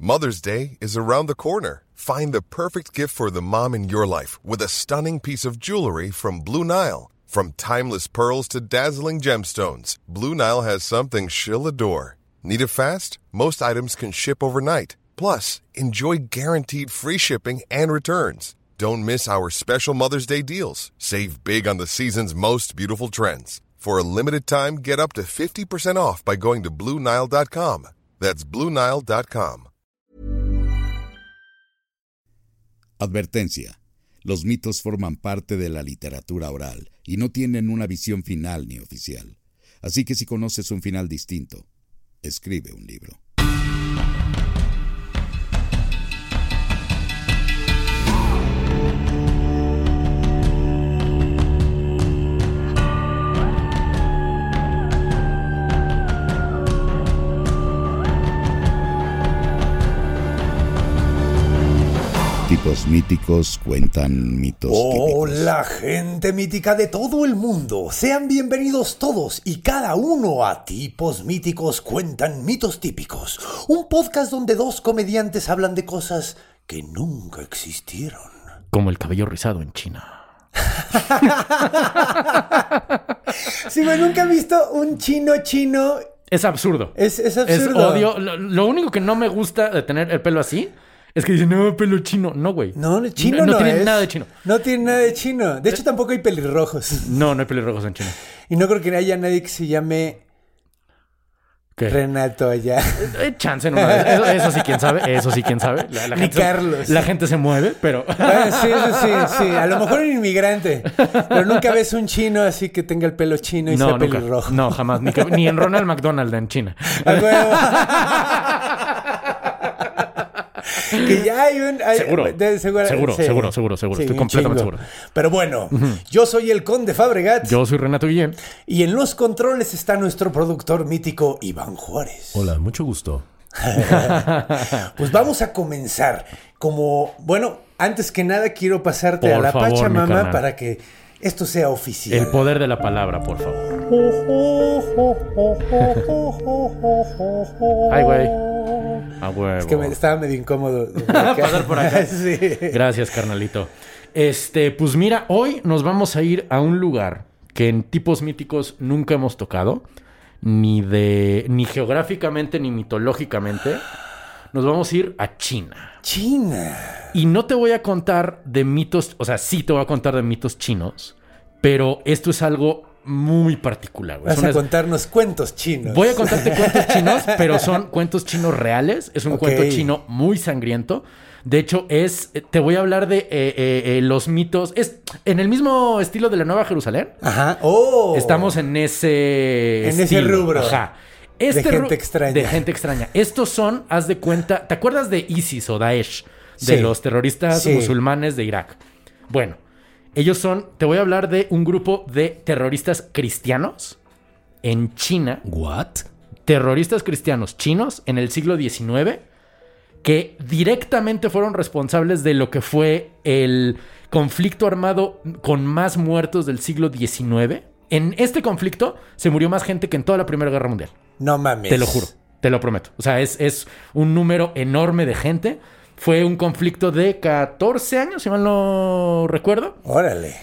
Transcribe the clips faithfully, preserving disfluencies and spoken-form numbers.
Mother's Day is around the corner. Find the perfect gift for the mom in your life with a stunning piece of jewelry from Blue Nile. From timeless pearls to dazzling gemstones, Blue Nile has something she'll adore. Need it fast? Most items can ship overnight. Plus, enjoy guaranteed free shipping and returns. Don't miss our special Mother's Day deals. Save big on the season's most beautiful trends. For a limited time, get up to fifty percent off by going to Blue Nile dot com. That's Blue Nile dot com. Advertencia. Los mitos forman parte de la literatura oral y no tienen una visión final ni oficial. Así que si conoces un final distinto, escribe un libro. Tipos míticos cuentan mitos típicos. Hola, gente mítica de todo el mundo. Sean bienvenidos todos y cada uno a Tipos Míticos Cuentan Mitos Típicos. Un podcast donde dos comediantes hablan de cosas que nunca existieron. Como el cabello rizado en China. Sí, güey, nunca he visto un chino chino. Es absurdo. Es, es absurdo. Es odio. Lo, lo único que no me gusta de tener el pelo así es que dicen, no, pelo chino. No, güey. No, chino no, no, no tiene es. nada de chino. No tiene nada de chino. De hecho, tampoco hay pelirrojos. No, no hay pelirrojos en China. Y no creo que haya nadie que se llame ¿Qué? Renato allá. Eh, chance en una vez. Eso, eso sí, quién sabe. Eso sí, quién sabe. La, la Ni gente Carlos. Se, la gente se mueve, pero... Ah, sí, eso sí, sí. A lo mejor un inmigrante. Pero nunca ves un chino así que tenga el pelo chino y no, sea nunca. pelirrojo. No, jamás. Ni, que, ni en Ronald McDonald en China. A huevo. Que ya hay un... Hay, seguro. De, seguro, seguro, sí. seguro, seguro, seguro. Sí, Estoy completamente chingo. seguro. Pero bueno, Uh-huh. yo soy el Conde Fabregat. Yo soy Renato Guillén. Y en los controles está nuestro productor mítico, Iván Juárez. Hola, mucho gusto. Pues vamos a comenzar. Como, bueno, antes que nada quiero pasarte Por a la favor, mi Pachamama carnal. para que esto sea oficial. El poder de la palabra, por favor. Ay, güey. A huevo. Es que me estaba medio incómodo. Pasar por acá. Sí. Gracias, carnalito. Este, pues mira, hoy nos vamos a ir a un lugar que en Tipos Míticos nunca hemos tocado, ni de, ni geográficamente ni mitológicamente. Nos vamos a ir a China. China. Y no te voy a contar de mitos, o sea, sí te voy a contar de mitos chinos, pero esto es algo muy particular. Güey. Vas Son a es... contarnos cuentos chinos. Voy a contarte cuentos chinos, pero son cuentos chinos reales. Es un Ok. cuento chino muy sangriento. De hecho, es te voy a hablar de eh, eh, eh, los mitos. Es en el mismo estilo de la Nueva Jerusalén. Ajá. Oh. Estamos en ese En ese estilo. rubro. Ajá. De gente ru- extraña. De gente extraña. Estos son, haz de cuenta, ¿te acuerdas de ISIS o Daesh? De Sí. los terroristas Sí. musulmanes de Irak. Bueno, ellos son, te voy a hablar de un grupo de terroristas cristianos en China. ¿What? Terroristas cristianos chinos en el siglo diecinueve que directamente fueron responsables de lo que fue el conflicto armado con más muertos del siglo diecinueve. En este conflicto se murió más gente que en toda la Primera Guerra Mundial. No mames. Te lo juro, te lo prometo. O sea, es, es un número enorme de gente. Fue un conflicto de catorce años, si mal no recuerdo. Órale.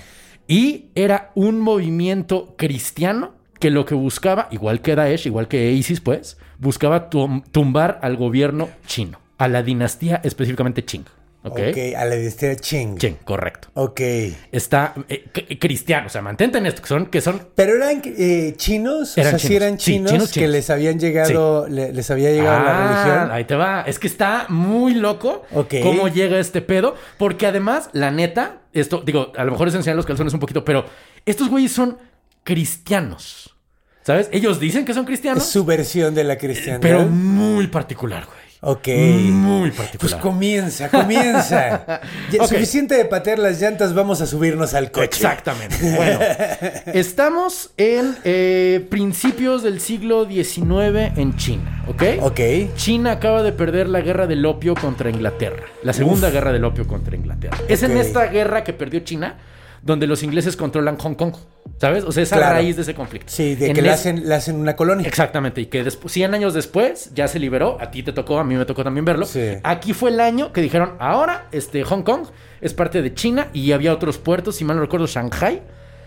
Y era un movimiento cristiano que lo que buscaba, igual que Daesh, igual que ISIS, pues, buscaba tum- tumbar al gobierno chino. A la dinastía específicamente Qing. ¿Ok? Ok, a la dinastía Qing. Qing, correcto. Ok. Está eh, c- cristiano, o sea, mantente en esto, que son... Que son Pero eran eh, chinos, Eran o sea, sí chinos. eran Sí, chinos, chinos, que chinos. les habían llegado, le- les había llegado Ah, la religión. ahí te va. Es que está muy loco Ok. cómo llega este pedo. Porque además, la neta, esto, digo, a lo mejor es enseñar los calzones un poquito, pero estos güeyes son cristianos. ¿Sabes? Ellos dicen que son Es cristianos, su versión de la cristiandad. pero muy particular, güey. Ok. Muy Pues particular. comienza, comienza. Ya, Ok. Suficiente de patear las llantas, vamos a subirnos al coche. Exactamente. Bueno, estamos en eh, principios del siglo diecinueve en China, ¿ok? Ok. China acaba de perder la guerra del opio contra Inglaterra. La segunda Uf. guerra del opio contra Inglaterra. Es en Ok. esta guerra que perdió China donde los ingleses controlan Hong Kong, ¿sabes? O sea, esa Claro. raíz de ese conflicto. Sí, de En que le es- hacen, le hacen una colonia. Exactamente, y que después, cien años después ya se liberó, a ti te tocó, a mí me tocó también verlo. Sí. Aquí fue el año que dijeron, ahora este, Hong Kong es parte de China y había otros puertos, si mal no recuerdo, Shanghai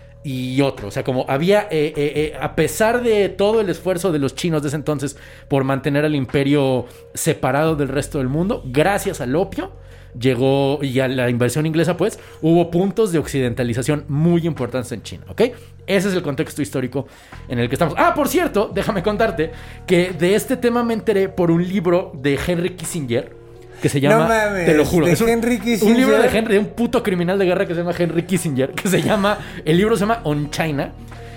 y otro. O sea, como había, eh, eh, eh, a pesar de todo el esfuerzo de los chinos de ese entonces por mantener al imperio separado del resto del mundo, gracias al opio, llegó, y a la inversión inglesa, pues, hubo puntos de occidentalización muy importantes en China, ¿ok? Ese es el contexto histórico en el que estamos. Ah, por cierto, déjame contarte que de este tema me enteré por un libro de Henry Kissinger que se llama, No mames, te lo juro, ¿de es un, Henry Kissinger? un libro de Henry, de un puto criminal de guerra que se llama Henry Kissinger, que se llama, el libro se llama On China,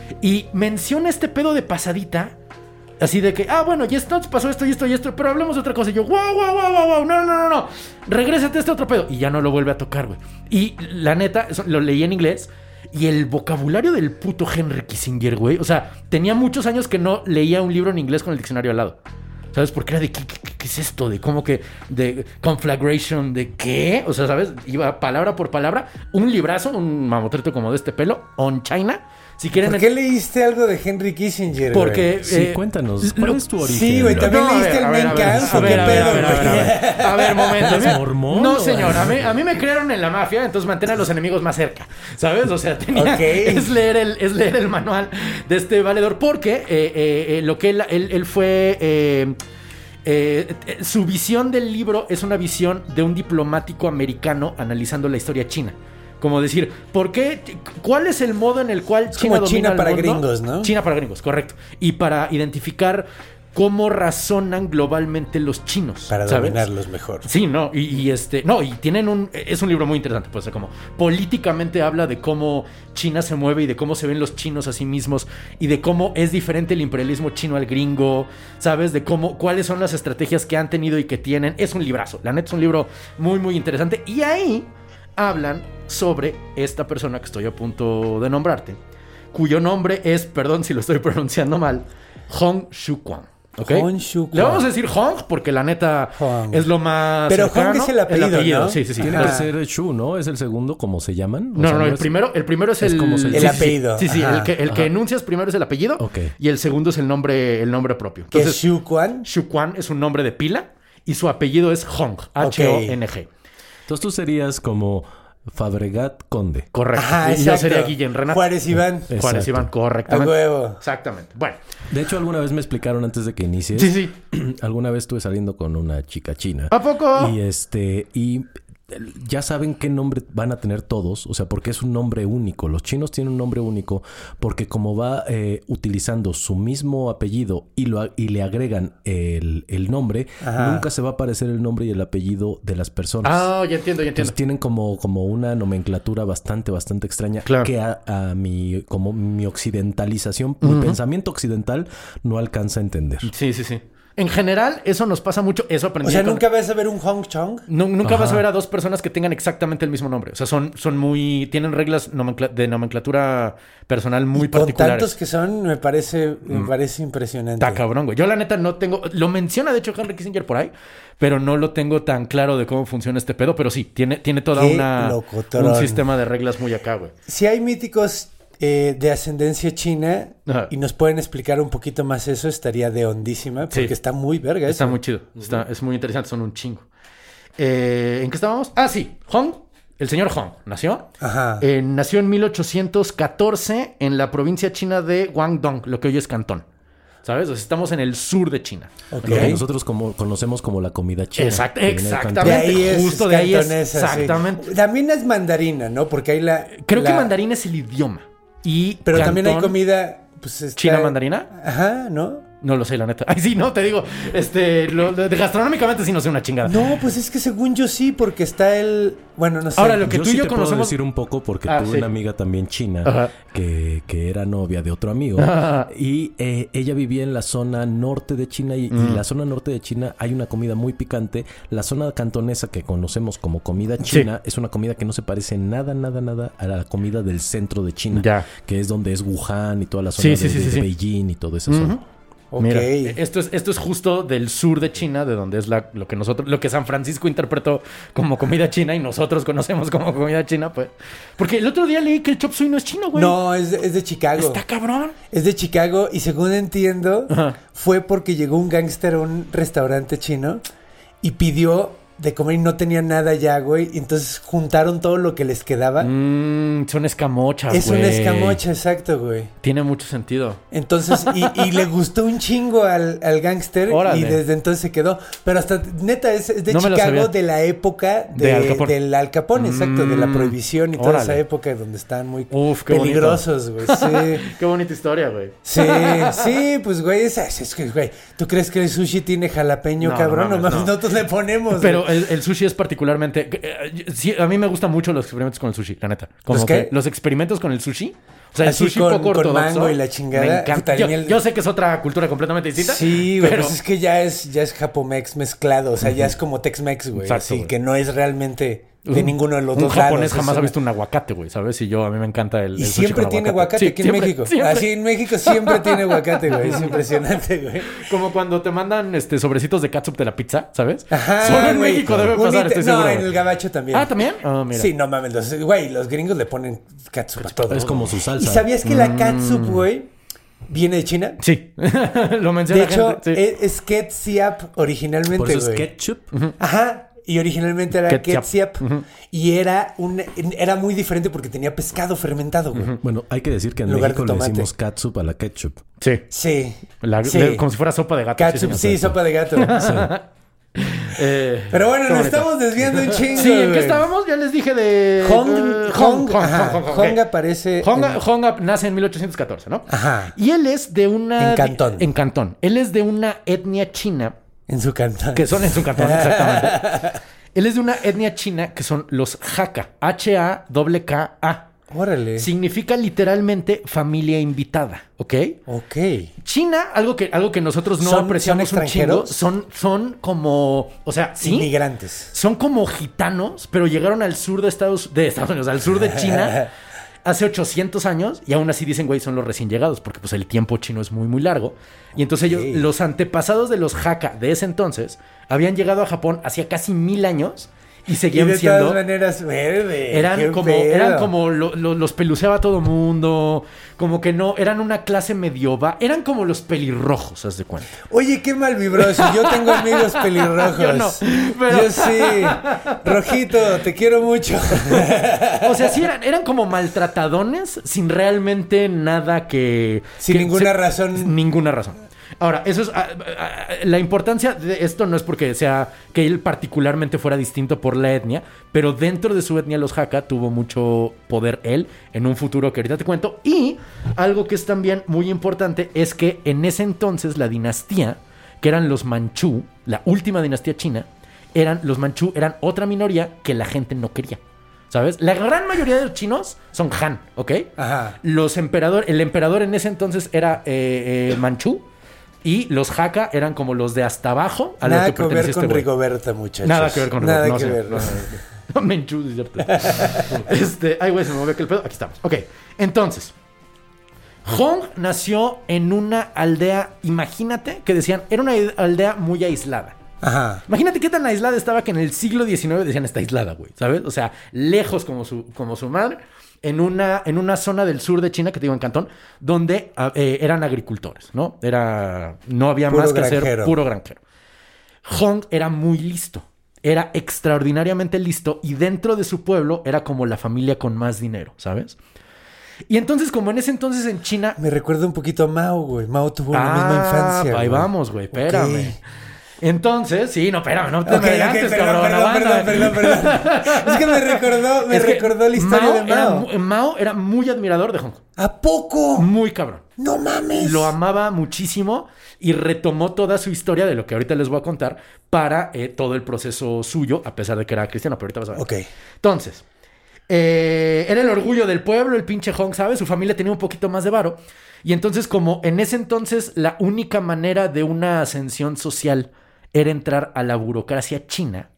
y menciona este pedo de pasadita. Así de que, ah, bueno, y esto pasó esto y esto y esto, pero hablemos de otra cosa. Y yo, wow, wow, wow, wow, wow, no, no, no, no, regrésate a este otro pedo. Y ya no lo vuelve a tocar, güey. Y la neta, eso, lo leí en inglés. Y el vocabulario del puto Henry Kissinger, güey. O sea, tenía muchos años que no leía un libro en inglés con el diccionario al lado. ¿Sabes? Porque era de, ¿qué, qué, qué es esto? De cómo que, de conflagration, ¿de qué? O sea, ¿sabes? Iba palabra por palabra. Un librazo, un mamotreto como de este pelo, On China. Si quieren... ¿Por qué leíste algo de Henry Kissinger, Porque... güey? Sí, eh, cuéntanos, ¿cuál lo- es tu origen? Sí, güey, también No, a leíste ver, el a ver, Mein a ver, Kampf, a ¿o ver, qué a ver, pedo, a ver, a ver, a güey? ver. A ver, momento. A mí- ¿Eres mormón No, o- señor. A mí, a mí me crearon en la mafia, entonces mantén a los enemigos más cerca. ¿Sabes? O sea, tenía, Ok. es, leer el, es leer el manual de este valedor. Porque eh, eh, eh, lo que él, él, él fue... eh, eh, eh, su visión del libro es una visión de un diplomático americano analizando la historia china. Como decir, ¿por qué? ¿Cuál es el modo en el cual Es China como domina China el para mundo? gringos, ¿no? China para gringos, correcto. Y para identificar cómo razonan globalmente los chinos. Para ¿sabes? dominarlos mejor. Sí, no, y, y este, no, y tienen un, es un libro muy interesante, pues, como políticamente habla de cómo China se mueve y de cómo se ven los chinos a sí mismos y de cómo es diferente el imperialismo chino al gringo, ¿sabes? De cómo, cuáles son las estrategias que han tenido y que tienen. Es un librazo, la neta es un libro muy, muy interesante. Y ahí hablan sobre esta persona que estoy a punto de nombrarte, cuyo nombre es, perdón si lo estoy pronunciando mal, Hong Xiuquan. ¿Ok? Hong Xiuquan. Le vamos a decir Hong porque la neta Hong. es lo más Pero cercano. Hong es el apellido, ¿no? Sí, sí, sí. Tiene Ajá. que ser Shu, ¿no? Es el segundo, como se llaman. O No, sea, no, el es- primero, el primero es, es el, como se- El sí, sí, apellido. Sí, sí, Ajá. el que, el que enuncias primero es el apellido. Ok. Y el segundo es el nombre, el nombre propio. ¿Qué es Entonces, Xu Quan? Xiuquan es un nombre de pila y su apellido es Hong. H O N G. Entonces tú serías como Fabregat Conde. Correcto. Ajá, y yo exacto. sería Guillén Renato. Juárez Iván. Exacto. Juárez Iván, A correctamente. huevo. Exactamente. Bueno. De hecho, alguna vez me explicaron antes de que inicies. Sí, sí. Alguna vez estuve saliendo con una chica china. ¿A poco? Y este, y ya saben qué nombre van a tener todos, o sea, porque es un nombre único. Los chinos tienen un nombre único porque como va eh, utilizando su mismo apellido y, lo, y le agregan el, el nombre, Ajá. nunca se va a parecer el nombre y el apellido de las personas. Ah, ya entiendo, ya entiendo. Entonces tienen como, como una nomenclatura bastante, bastante extraña Claro. que a, a mi, como mi occidentalización, Ujú. mi pensamiento occidental no alcanza a entender. Sí, sí, sí. En general, eso nos pasa mucho. Eso aprendí. O sea, con- ¿nunca vas a ver un Hong Chong? Nu- nunca Ajá. vas a ver a dos personas que tengan exactamente el mismo nombre. O sea, son, son muy... Tienen reglas nomencla- de nomenclatura personal muy Con particulares. tantos que son, me parece, me parece impresionante. Está cabrón, güey. Yo la neta no tengo... Lo menciona, de hecho, Henry Kissinger por ahí, pero no lo tengo tan claro de cómo funciona este pedo. Pero sí, tiene, tiene toda Qué una... locotrón. Un sistema de reglas muy acá, güey. Si hay míticos eh, de ascendencia china Ajá. y nos pueden explicar un poquito más eso, estaría de hondísima, porque Sí. está muy verga Está eso. muy chido. Está, es muy interesante. Son un chingo. Eh, ¿En qué estábamos? Ah, sí. Hong. El señor Hong nació. Ajá. Eh, nació en mil ochocientos catorce en la provincia china de Guangdong, lo que hoy es Cantón. ¿Sabes? O sea, estamos en el sur de China. Ok. Lo que nosotros como, conocemos como la comida china. Exact- que viene de exactamente. Cantón. De ahí es justo de ahí es, cantonesa, sí. exactamente. También es mandarina, ¿no? Porque hay la... Creo la- que mandarín es el idioma. Y Pero también hay Cantón- comida... Pues, está- ¿China mandarina? Ajá, ¿no? No lo sé, la neta. Ay, sí, no, te digo. Este, lo, lo- de gastronómicamente sí no sé una chingada. No, pues es que según yo sí, porque está el... Bueno, no sé. Ahora, lo que yo tú y sí yo te puedo conocemos- decir un poco porque Ah, tuve sí. una amiga también china Ajá. que, que era novia de otro amigo Ajá. y eh, ella vivía en la zona norte de China y, Mm. y la zona norte de China hay una comida muy picante. La zona cantonesa que conocemos como comida china es una comida que no se parece nada, nada, nada a la comida del centro de China, Ya. que es donde es Wuhan y toda la zona Sí, de, sí, sí, de- sí, de sí. Beijing y toda esa Ujú. zona. Ok. Mira, esto es, esto es justo del sur de China, de donde es la, lo que nosotros, lo que San Francisco interpretó como comida china y nosotros conocemos como comida china, pues. Porque el otro día leí que el chop suey no es chino, güey. No, es de, es de Chicago. Está cabrón. Es de Chicago y según entiendo, Ajá. fue porque llegó un gángster a un restaurante chino y pidió de comer y no tenía nada ya, güey. Y entonces juntaron todo lo que les quedaba. Mm, son escamochas, es güey. una escamocha, exacto, güey. Tiene mucho sentido. Entonces, y, y le gustó un chingo al, al gángster Órale. y desde entonces se quedó. Pero hasta, neta, es, es de No me lo Chicago, sabía. de la época de, De Al Capone. del Al Capone, exacto, de la Mm, prohibición y toda órale. esa época donde estaban muy Uf, qué peligrosos, güey. Sí. Qué bonita historia, güey. Sí, sí, pues güey, es, es que, güey, ¿tú crees que el sushi tiene jalapeño, No, cabrón? no No, mames, mames, no. nosotros le ponemos. Pero güey. el, el sushi es particularmente... eh, sí, a mí me gustan mucho los experimentos con el sushi, la neta. Como ¿Los que qué? los experimentos con el sushi. O sea, el Así sushi con- poco con ortodoxo. mango y la chingada. Me encanta. Puta, Yo, y el- yo sé que es otra cultura completamente distinta. Sí, güey, pero... pues es que ya es, ya es Japomex mezclado, o sea, ya es como Tex-Mex, güey. Exacto, Así güey. que no es realmente de Un- ninguno de los un dos japonés lados. jamás es ha una- visto un aguacate, güey, ¿sabes? Y yo, a mí me encanta el, Y el sushi siempre con tiene aguacate Sí, aquí siempre, en México. siempre. Así en México siempre tiene aguacate, güey. Es impresionante, güey. Como cuando te mandan este sobrecitos de catsup de la pizza, ¿sabes? Ajá, Solo en güey. México debe Un pasar, ite- estoy No, seguro. en güey. el gabacho también. Ah, ¿también? Ah, mira. Sí, no mames, los, güey, los gringos le ponen catsup a todo. Es como su ¿Y salsa. sabías que Mm. la catsup, güey, viene de China? Sí. Lo menciona De hecho, gente. Sí. es, es ketchup originalmente, Por eso es güey. ketchup. Ajá. Y originalmente era Ketchup. ketchup. Ujú. Y era un era muy diferente porque tenía pescado fermentado, güey. Bueno, hay que decir que en En lugar México de le tomate. decimos catsup a la ketchup. Sí. Sí. La- sí. de- como si fuera sopa de gato. Catsup, sí, sí, señor. sopa de gato. Eh, Pero bueno, qué nos bonito. estamos desviando un chingo. Sí, ¿en qué güey. estábamos? Ya les dije de... Hong, eh, Hong, Hong, ajá, Hong, Hong, Hong ok. aparece Hong, en- Hong nace en mil ochocientos catorce, ¿no? Ajá. Y él es de una... En Cantón. En Cantón. Él es de una etnia china, En su cantón. que son en su cantón, exactamente. Él es de una etnia china que son los Hakka. H A K K A. Órale. Significa literalmente familia invitada, ¿ok? Ok. China, algo que, algo que nosotros no ¿Son- apreciamos son un chingo, extranjeros? son, son como, o sea, sí, Inmigrantes. son como gitanos, pero llegaron al sur de Estados, de Estados Unidos, al sur de China hace ochocientos años y aún así dicen, güey, son los recién llegados porque pues el tiempo chino es muy, muy largo. Y entonces ellos, Sí. los antepasados de los Hakka de ese entonces habían llegado a Japón hacía casi mil años y Y seguían de siendo... todas maneras, verde. qué Eran como, pedo. eran como lo- lo- los peluceaba todo mundo, como que no, eran una clase medio va, eran como los pelirrojos, haz de cuenta. Oye, qué mal vibroso. Yo tengo amigos pelirrojos. Yo no, pero- Yo sí. Rojito, te quiero mucho. O sea, sí eran, eran como maltratadones sin realmente nada que... Sin que ninguna razón. Ninguna razón. Ahora, eso es... ah, ah, la importancia de esto no es porque sea que él particularmente fuera distinto por la etnia, pero dentro de su etnia los Hakka tuvo mucho poder él en un futuro que ahorita te cuento. Y algo que es también muy importante es que en ese entonces la dinastía, que eran los Manchú, la última dinastía china, eran los Manchú eran otra minoría que la gente no quería. ¿Sabes? La gran mayoría de los chinos son Han, ¿ok? Ajá. Los emperador, el emperador en ese entonces era eh, eh, Manchú y los Hakka eran como los de hasta abajo a lo Nada que que ver pertenecía con este güey. Rigoberta, muchachos. Nada que ver con Nada Rigoberta, que no, ver. sí, no, no, no. Menchú, es cierto. este, ay, güey, se me movió que el pedo. Aquí estamos. Ok, entonces. Hong nació en una aldea, imagínate, que decían, era una aldea muy aislada. Ajá. Imagínate qué tan aislada estaba que en el siglo diecinueve decían está aislada, güey, ¿sabes? O sea, lejos como su, como su madre, en una, en una zona del sur de China, que te digo en Cantón, donde ah, eh, eran agricultores, ¿no? Era, no había Puro más que granjero. hacer, puro granjero. Hong era muy listo, era extraordinariamente listo y dentro de su pueblo era como la familia con más dinero, ¿sabes? Y entonces, como en ese entonces en China... Me recuerda un poquito a Mao, güey. Mao tuvo la misma Ah, infancia. ahí güey. vamos, güey, espérame. Ok. Entonces, sí, no, espérame, no te Ok, me ok, adelantes, perdón, cabrón, perdón, aguanta. perdón, perdón, perdón. Es que me recordó, me Es que recordó la historia de Era, Mao. mu- Mao era muy admirador de Hong Kong. ¿A poco? Muy cabrón. No mames. Lo amaba muchísimo y retomó toda su historia de lo que ahorita les voy a contar para eh, todo el proceso suyo, a pesar de que era cristiano, pero ahorita vas a ver. Ok. Entonces, eh, era el orgullo del pueblo, el pinche Hong, ¿sabes? Su familia tenía un poquito más de varo. Y entonces, como en ese entonces la única manera de una ascensión social era entrar a la burocracia china,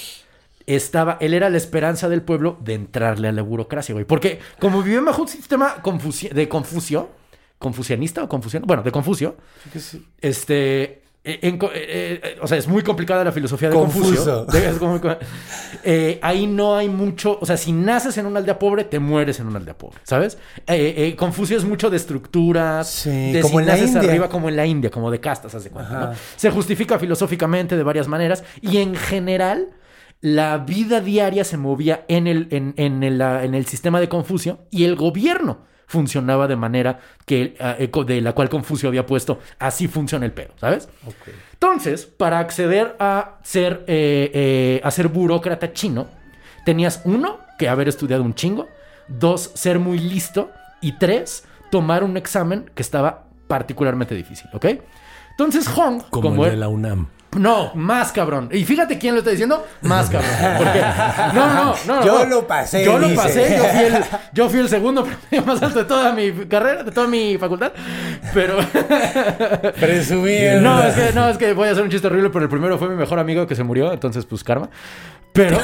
estaba, él era la esperanza del pueblo de entrarle a la burocracia, güey. Porque como vivían bajo un sistema confusi- de Confucio, confucianista o confuciano, bueno, de Confucio. Sí que sí. Este... En, eh, eh, o sea, es muy complicada la filosofía de Confuso. Confucio. Es como, eh, ahí no hay mucho... O sea, si naces en una aldea pobre, te mueres en una aldea pobre, ¿sabes? Eh, eh, Confucio es mucho de estructuras, sí, de como si en la naces India. arriba, como en la India, como de castas, haz de cuenta, ¿no? Se justifica filosóficamente de varias maneras y en general la vida diaria se movía en el, en, en el, en el sistema de Confucio y el gobierno funcionaba de manera que, uh, de la cual Confucio había puesto, así funciona el pedo, ¿sabes? Okay. Entonces, para acceder a ser, eh, eh, a ser burócrata chino, tenías uno, que haber estudiado un chingo, dos, ser muy listo, y tres, tomar un examen que estaba particularmente difícil, ¿ok? Entonces Hong, como, como el de él, la UNAM. no, más cabrón. Y fíjate quién lo está diciendo, más cabrón. Porque, no, no, no. Yo no. lo pasé, Yo lo dice. pasé. Yo fui, el, yo fui el segundo premio más alto de toda mi carrera, de toda mi facultad. Pero... Presumir. No, es que, no, es que voy a hacer un chiste horrible, pero el primero fue mi mejor amigo que se murió, entonces pues karma. Pero...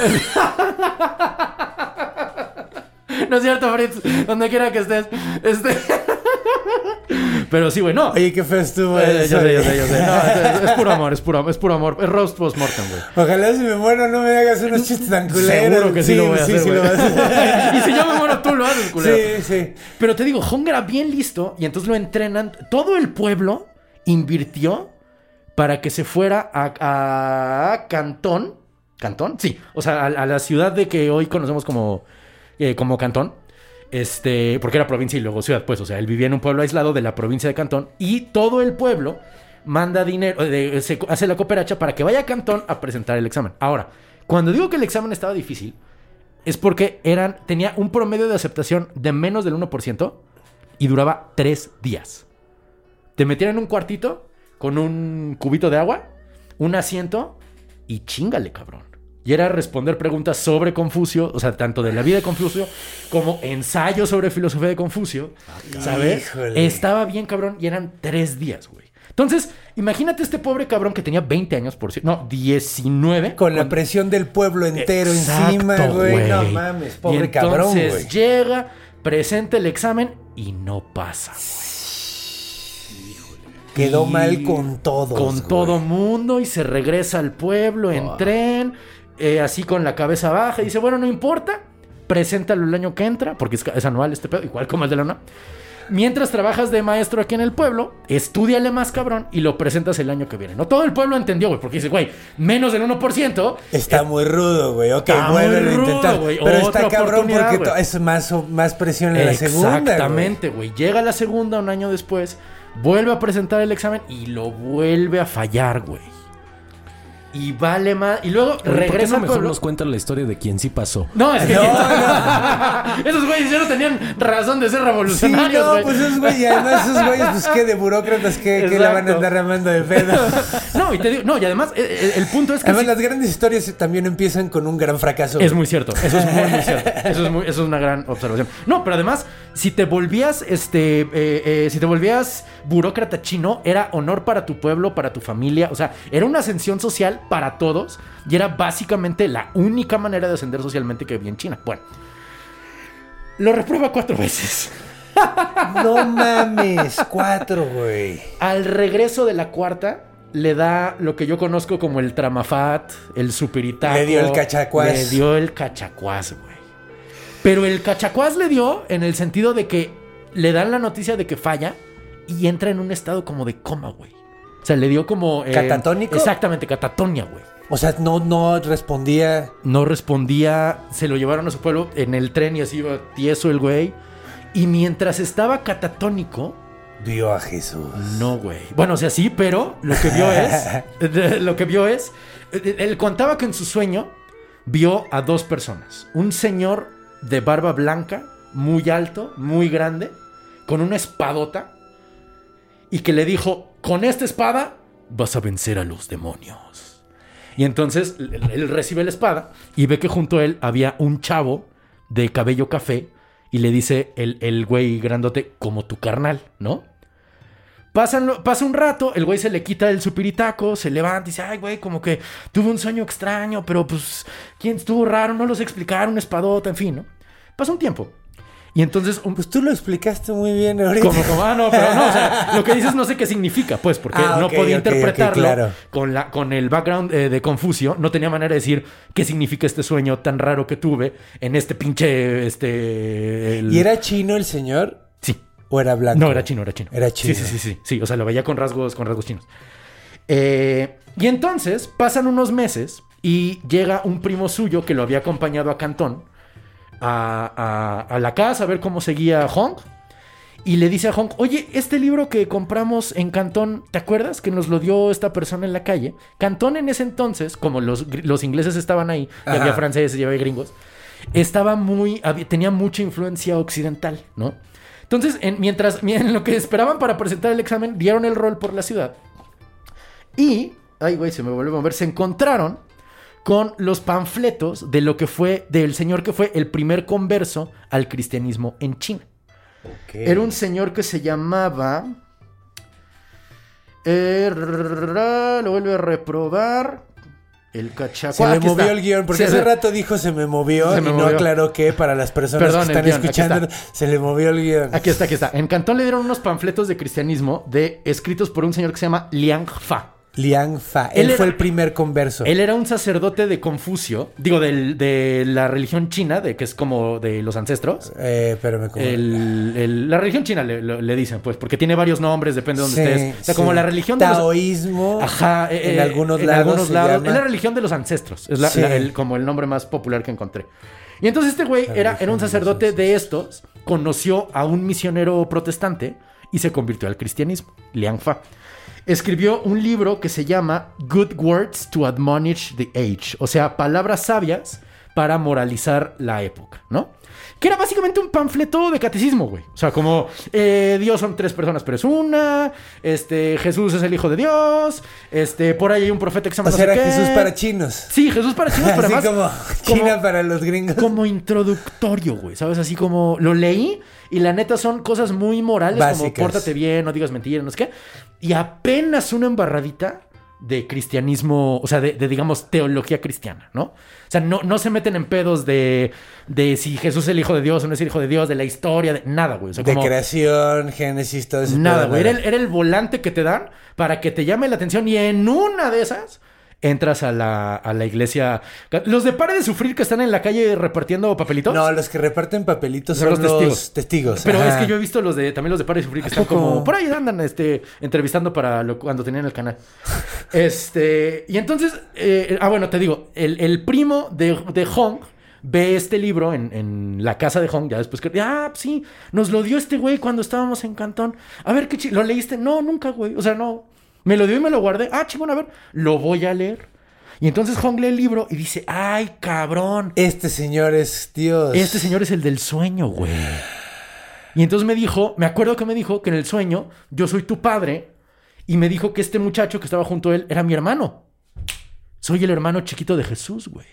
No es cierto, Fritz. Donde quiera que estés. Este... Pero sí, güey, no. Oye, qué feo estuvo Eh, eso. yo sé, yo sé, yo sé. No, es, es puro amor, es puro amor, es puro amor. Es roast post-mortem, güey. Ojalá si me muero no me hagas unos chistes tan culeros. Seguro que sí, lo voy a sí, hacer, sí, güey. lo vas a hacer. Y si yo me muero, tú lo haces, culero. Sí, sí. Pero te digo, Hong era bien listo y entonces lo entrenan. Todo el pueblo invirtió para que se fuera a, a Cantón. ¿Cantón? Sí. O sea, a, a la ciudad de que hoy conocemos como, eh, como Cantón. Este, porque era provincia y luego ciudad, pues. O sea, él vivía en un pueblo aislado de la provincia de Cantón y todo el pueblo manda dinero, de, se hace la cooperacha para que vaya a Cantón a presentar el examen. Ahora, cuando digo que el examen estaba difícil, es porque eran, tenía un promedio de aceptación de menos del uno por ciento y duraba tres días. Te metían en un cuartito con un cubito de agua, un asiento y chíngale, cabrón. Y era responder preguntas sobre Confucio, o sea, tanto de la vida de Confucio como ensayos sobre filosofía de Confucio, ¿sabes? Híjole. Estaba bien, cabrón, y eran tres días, güey. Entonces, imagínate este pobre cabrón que tenía veinte años, por cierto, no, diecinueve. Con la cuando... presión del pueblo entero Exacto, encima, güey. No mames, pobre y cabrón, güey. entonces llega, presenta el examen y no pasa, güey. Quedó Y mal con todos, Con güey. todo mundo y se regresa al pueblo en Oh. tren, eh, así con la cabeza baja. Y dice, bueno, no importa, preséntalo el año que entra, porque es, es anual este pedo, igual como el de la UNAM. Mientras trabajas de maestro aquí en el pueblo, estúdiale más, cabrón, y lo presentas el año que viene. No todo el pueblo entendió, güey, porque dice, güey, menos del uno por ciento. Está muy rudo, güey. Ok, Está muy vuélvelo a rudo, intentar. güey. Pero Otra está cabrón oportunidad, porque to- güey. es más, más presión en la segunda, güey. Exactamente, güey. Llega la segunda un año después, vuelve a presentar el examen y lo vuelve a fallar, güey. Y vale más. Y luego Oye, ¿por qué regresa no al mejor pueblo. nos cuentan la historia de quién sí pasó? No, es que No, esos güeyes ya no tenían razón de ser Sí, revolucionarios, no, güey. pues esos güeyes, y además esos güeyes, pues qué de burócratas, que, que la van a Exacto. andar ramando de pedo. No, y te digo, no, y además el, el- el punto es que Además, sí- las grandes historias también empiezan con un gran fracaso. es güey. muy cierto, eso es muy, muy cierto. Eso es, muy, eso es una gran observación. No, pero además, si te volvías, este, eh, eh, si te volvías burócrata chino, era honor para tu pueblo, para tu familia. O sea, era una ascensión social para todos y era básicamente la única manera de ascender socialmente que había en China. Bueno, lo reprueba cuatro veces. No mames, cuatro, güey. Al regreso de la cuarta, le da lo que yo conozco como el tramafat, el superitaco. Le dio el cachacuás. Le dio el cachacuás, güey. Pero el cachacuás le dio en el sentido de que le dan la noticia de que falla y entra en un estado como de coma, güey. O sea, le dio como... eh, ¿Catatónico? Exactamente, catatonia, güey. O sea, no, no respondía. No respondía, se lo llevaron a su pueblo en el tren y así iba tieso el güey. Y mientras estaba catatónico... Vio a Jesús. No, güey. Bueno, o sea, sí, pero lo que vio es... lo que vio es... Él contaba que en su sueño vio a dos personas. Un señor de barba blanca, muy alto, muy grande, con una espadota, y que le dijo, con esta espada vas a vencer a los demonios. Y entonces él, él recibe la espada y ve que junto a él había un chavo de cabello café y le dice el, el güey grandote, como tu carnal, ¿no? Pasan, pasa un rato, el güey se le quita el supiritaco, se levanta y dice, ay, güey, como que tuve un sueño extraño, pero pues, ¿quién estuvo raro? No los explicaron, espadota, en fin, ¿no? Pasa un tiempo. Y entonces... Un... Pues tú lo explicaste muy bien ahorita. Como, como, ah, no, pero no, o sea, lo que dices no sé qué significa, pues, porque ah, no okay, podía okay, interpretarlo okay, claro. con, la, con el background eh, de Confucio. No tenía manera de decir qué significa este sueño tan raro que tuve en este pinche... este el... ¿Y era chino el señor? Sí. ¿O era blanco? No, era chino, era chino. Era chino. Sí, sí, sí, sí. Sí, o sea, lo veía con rasgos, con rasgos chinos. Eh, y entonces pasan unos meses y llega un primo suyo que lo había acompañado a Cantón a, a, a la casa a ver cómo seguía Hong. Y le dice a Hong, oye, este libro que compramos en Cantón, ¿te acuerdas que nos lo dio esta persona en la calle? Cantón en ese entonces, como los, los ingleses estaban ahí, y había franceses y había gringos, estaba muy, había, tenía mucha influencia occidental, ¿no? Entonces, en, mientras en lo que esperaban para presentar el examen, dieron el rol por la ciudad. Y, ay güey, se me volvió a mover, se encontraron con los panfletos de lo que fue, del señor que fue el primer converso al cristianismo en China. Okay. Era un señor que se llamaba... Eh, lo vuelve a reprobar... El cachaco. Se le movió está. el guión, porque se hace le... rato dijo se me movió se me y movió. No aclaró que para las personas Perdón, que están guión, escuchando se le movió el guión. Aquí está, aquí está. En Cantón le dieron unos panfletos de cristianismo de escritos por un señor que se llama Liang Fa. Liang Fa. Él, él fue era, el primer converso. Él era un sacerdote de Confucio, digo, del, de la religión china, de que es como de los ancestros. Eh, pero me como... el, el, La religión china le, le, le dicen, pues, porque tiene varios nombres, depende de dónde sí, estés. O sea, sí. como la religión de Taoísmo. Los... Ajá. Eh, en algunos en lados. Algunos lados. Es la religión de los ancestros. Es la, sí. la, el, como el nombre más popular que encontré. Y entonces este güey era, era un sacerdote de estos, conoció a un misionero protestante y se convirtió al cristianismo, Liang Fa. Escribió un libro que se llama Good Words to Admonish the Age. O sea, palabras sabias para moralizar la época, ¿no? Que era básicamente un panfleto de catecismo, güey. O sea, como eh, Dios son tres personas, pero es una. Este, Jesús es el Hijo de Dios. Este, por ahí hay un profeta que se llama o sea, no sé era qué. Jesús para chinos. Sí, Jesús para chinos, pero así además... como China como, para los gringos. Como introductorio, güey. ¿Sabes? Así como lo leí y la neta son cosas muy morales. Básicas. Como pórtate bien, no digas mentiras, no sé qué. Y apenas una embarradita de cristianismo, o sea, de, de digamos, teología cristiana, ¿no? O sea, no, no se meten en pedos de, de si Jesús es el Hijo de Dios o no es el Hijo de Dios, de la historia, de nada, güey. O sea, de como, creación, Génesis, todo eso. Nada, güey. Era el, era el volante que te dan para que te llame la atención y en una de esas... entras a la, a la iglesia. Los de Pare de Sufrir que están en la calle repartiendo papelitos. No, los que reparten papelitos son, son los testigos. Los testigos. Pero Ajá. es que yo he visto los de también los de Pare de Sufrir que están como por ahí andan este, entrevistando para lo, cuando tenían el canal. este Y entonces, eh, ah, bueno, te digo, el, el primo de, de Hong ve este libro en, en la casa de Hong, ya después que... Ah, sí, nos lo dio este güey cuando estábamos en Cantón. A ver, ¿qué ch... ¿lo leíste? No, nunca, güey. O sea, no... Me lo dio y me lo guardé. Ah, chingón, a ver, lo voy a leer. Y entonces Hong lee el libro y dice, ay, cabrón. Este señor es Dios. Este señor es el del sueño, güey. Y entonces me dijo, me acuerdo que me dijo que en el sueño yo soy tu padre. Y me dijo que este muchacho que estaba junto a él era mi hermano. Soy el hermano chiquito de Jesús, güey.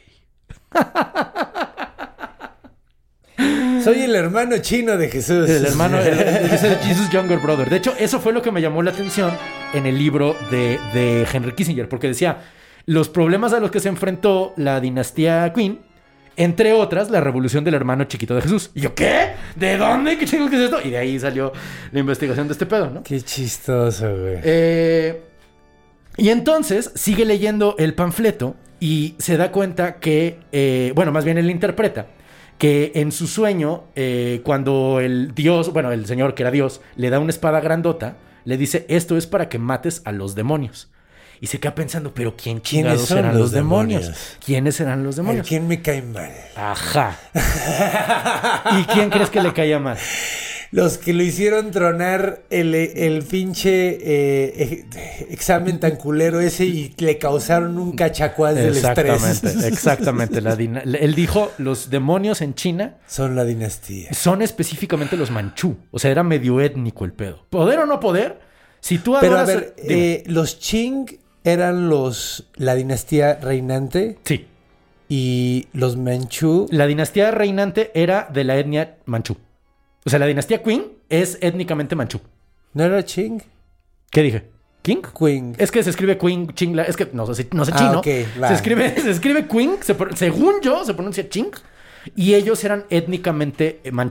Soy el hermano chino de Jesús. El hermano, el, el, el Jesus Younger Brother. De hecho, eso fue lo que me llamó la atención en el libro de, de Henry Kissinger. Porque decía, los problemas a los que se enfrentó la dinastía Qin, entre otras, la revolución del hermano chiquito de Jesús. Y yo, ¿qué? ¿De dónde? ¿Qué chingo que es esto? Y de ahí salió la investigación de este pedo, ¿no? Qué chistoso, güey. Eh, y entonces sigue leyendo el panfleto y se da cuenta que, eh, bueno, más bien él interpreta que en su sueño, eh, cuando el Dios, bueno, el señor que era Dios, le da una espada grandota, le dice, esto es para que mates a los demonios. Y se queda pensando, pero ¿quién chingados serán los, los demonios? demonios? ¿Quiénes serán los demonios? ¿Quién me cae mal? Ajá. ¿Y quién crees que le caía mal? Los que lo hicieron tronar el, el pinche eh, examen tan culero ese y le causaron un cachacuás del estrés. Exactamente, exactamente. La dina- él dijo, los demonios en China... son la dinastía. Son específicamente los manchú. O sea, era medio étnico el pedo. ¿Poder o no poder? Si tú adoras... Pero a ver, eh, los Qing eran los la dinastía reinante. Sí. Y los manchú... La dinastía reinante era de la etnia manchú. O sea, la dinastía Qing es étnicamente manchú. ¿No era Qing? ¿Qué dije? ¿Qing? Qing. Es que se escribe Qing, Qing, es que no sé, no sé ah, chino. Okay, se escribe, se escribe Qing, se, según yo, se pronuncia Qing. Y ellos eran étnicamente manchú.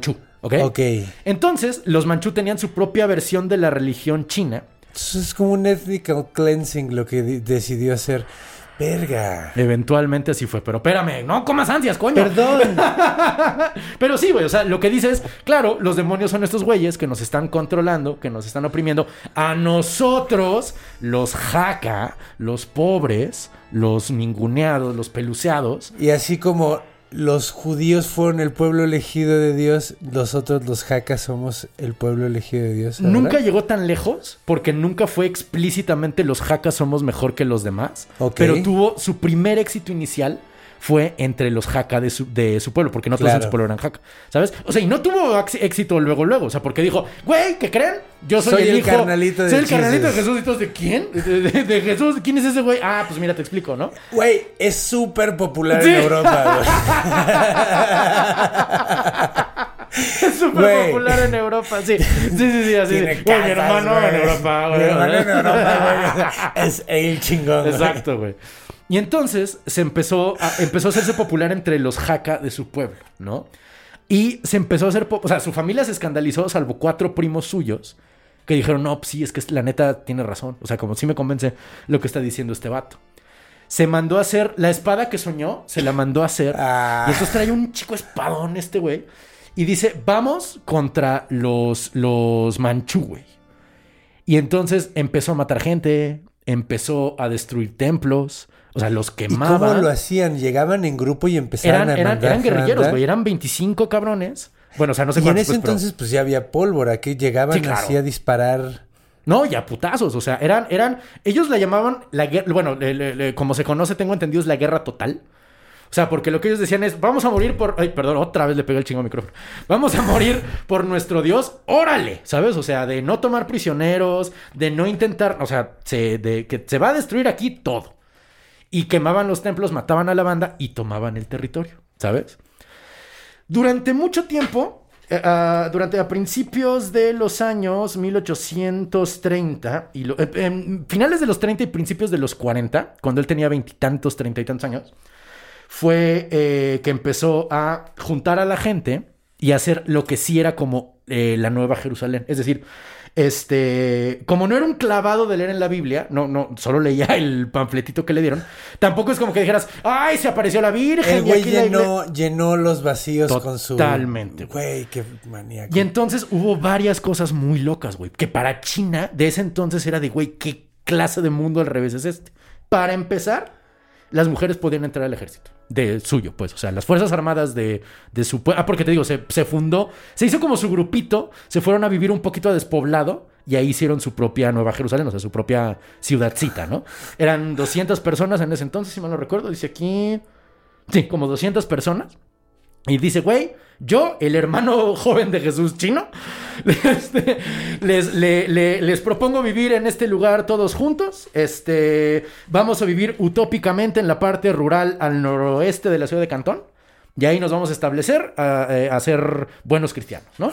¿Ok? Ok. Entonces, los manchú tenían su propia versión de la religión china. Eso es como un ethical cleansing lo que di- decidió hacer. Verga. Eventualmente así fue. Pero espérame, no comas ansias, coño. Perdón. Pero sí, güey. O sea, lo que dice es, claro, los demonios son estos güeyes que nos están controlando, que nos están oprimiendo. A nosotros, los jaca, los pobres, los ninguneados, los peluceados. Y así como los judíos fueron el pueblo elegido de Dios, nosotros los jacas somos el pueblo elegido de Dios. ¿verdad? Nunca llegó tan lejos porque nunca fue explícitamente los jacas somos mejor que los demás. Ok. Pero tuvo su primer éxito inicial fue entre los jaca de su, de su pueblo, porque no todos Claro. en su pueblo eran jaca, ¿sabes? O sea, y no tuvo ex- éxito luego, luego. O sea, porque dijo, güey, ¿qué creen? Yo soy, Soy el, el hijo. carnalito de Soy el carnalito de Jesus. Jesús. Y todos, ¿de quién? De, de- de Jesús. ¿Quién es ese güey? Ah, pues mira, te explico, ¿no? Güey, es súper popular Sí. en Europa, Es súper Güey. popular en Europa, sí. Sí, sí, sí, así. Tiene Güey, mi casas, hermano güey. en Europa, güey. Mi hermano en Europa, güey. Es el chingón, güey. Exacto, güey. Y entonces se empezó a, empezó a hacerse popular entre los jaca de su pueblo, ¿no? Y se empezó a hacer... po- O sea, su familia se escandalizó, salvo cuatro primos suyos, que dijeron, no, pues sí, es que la neta tiene razón. O sea, como sí me convence lo que está diciendo este vato. Se mandó a hacer... La espada que soñó, se la mandó a hacer. Ah. Y entonces trae un chico espadón este güey. Y dice, vamos contra los, los manchú, güey. Y entonces empezó a matar gente, empezó a destruir templos, o sea, los ¿Y quemaban. cómo lo hacían? Llegaban en grupo y empezaban Eran, a eran, mandar eran guerrilleros, banda? güey, eran veinticinco cabrones. Bueno, o sea, no sé Y en cuántos, ese pues, pero- entonces pues ya había pólvora, que llegaban Sí, claro. así a disparar. No, ya putazos, o sea, eran, eran, ellos la llamaban la guerra, bueno, le- le- le- como se conoce, tengo entendido, es la guerra total. O sea, porque lo que ellos decían es, vamos a morir por... Ay, perdón, otra vez le pegué el chingo al micrófono. Vamos a morir por nuestro Dios, órale, ¿sabes? O sea, de no tomar prisioneros, de no intentar, o sea, se, de que se va a destruir aquí todo. Y quemaban los templos, mataban a la banda y tomaban el territorio, ¿sabes? Durante mucho tiempo, eh, ah, durante a principios de los años mil ochocientos treinta, y lo- eh, en finales de los treinta y principios de los cuarenta, cuando él tenía veintitantos, treinta y tantos años, fue eh, que empezó a juntar a la gente y hacer lo que sí era como eh, la Nueva Jerusalén. Es decir, este, como no era un clavado de leer en la Biblia, no, no, solo leía el panfletito que le dieron. Tampoco es como que dijeras, ay, se apareció la Virgen. El y güey aquí la igle-". llenó, llenó los vacíos con su... Totalmente, Güey, qué maníaco. Y entonces hubo varias cosas muy locas, güey. Que para China, de ese entonces era de, güey, ¿qué clase de mundo al revés es este? Para empezar, las mujeres podían entrar al ejército. De suyo, pues. O sea, las Fuerzas Armadas de, de su pueblo. Ah, porque te digo, se, se fundó. Se hizo como su grupito. Se fueron a vivir un poquito a despoblado. Y ahí hicieron su propia Nueva Jerusalén. O sea, su propia ciudadcita, ¿no? Eran doscientas personas en ese entonces, si mal no recuerdo. Dice aquí... Sí, como doscientas personas. Y dice, güey, yo, el hermano joven de Jesús chino, este, les, le- le- les propongo vivir en este lugar todos juntos. Este, vamos a vivir utópicamente en la parte rural al noroeste de la ciudad de Cantón. Y ahí nos vamos a establecer a, eh, a ser buenos cristianos, ¿no?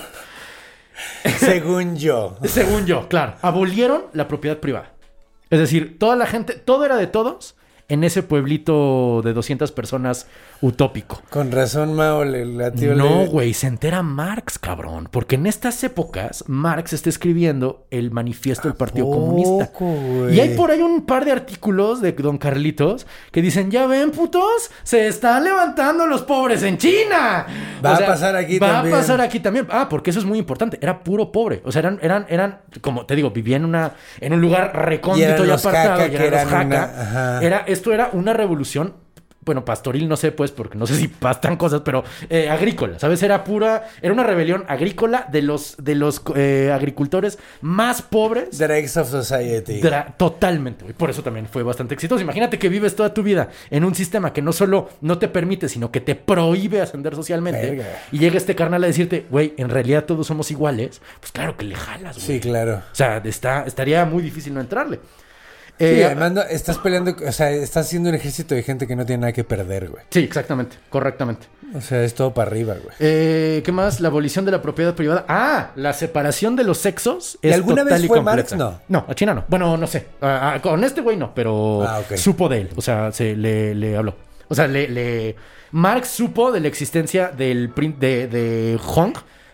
Según yo. Según yo, claro. Abolieron la propiedad privada. Es decir, toda la gente, todo era de todos en ese pueblito de doscientas personas utópico. Con razón, Mao le latió. No, le- güey, se entera Marx, cabrón. Porque en estas épocas, Marx está escribiendo el manifiesto del Partido poco, Comunista. güey? Y hay por ahí un par de artículos de Don Carlitos que dicen, ya ven, putos, se están levantando los pobres en China. Va a pasar aquí va también. Va a pasar aquí también. Ah, porque eso es muy importante. Era puro pobre. O sea, eran, eran, eran como te digo, vivían en, una, en un lugar Y recóndito eran y, los apartado. jaca, y que eran los eran jaca. una- ajá. Era, esto era una revolución, bueno, pastoril no sé, pues, porque no sé si pastan cosas, pero eh, agrícola, ¿sabes? Era pura, era una rebelión agrícola de los, de los eh, agricultores más pobres. Dregs of Society. Dra- totalmente, güey. Por eso también fue bastante exitoso. Imagínate que vives toda tu vida en un sistema que no solo no te permite, sino que te prohíbe ascender socialmente. Verga. Y llega este carnal a decirte, güey, en realidad todos somos iguales. Pues claro que le jalas, güey. Sí, claro. O sea, está, estaría muy difícil no entrarle. Sí, Eh, además no- estás peleando, o sea, estás haciendo un ejército de gente que no tiene nada que perder, güey. Sí, exactamente, correctamente. O sea, es todo para arriba, güey. Eh, ¿Qué más? La abolición de la propiedad privada. Ah, la separación de los sexos ¿Y es alguna total vez y fue completa. Marx? No. No, a China no. Bueno, no sé. Ah, ah, con este güey no, pero Ah, ok. supo de él. O sea, se le, le habló. O sea, le, le... Marx supo de la existencia del prin- de, de Hong,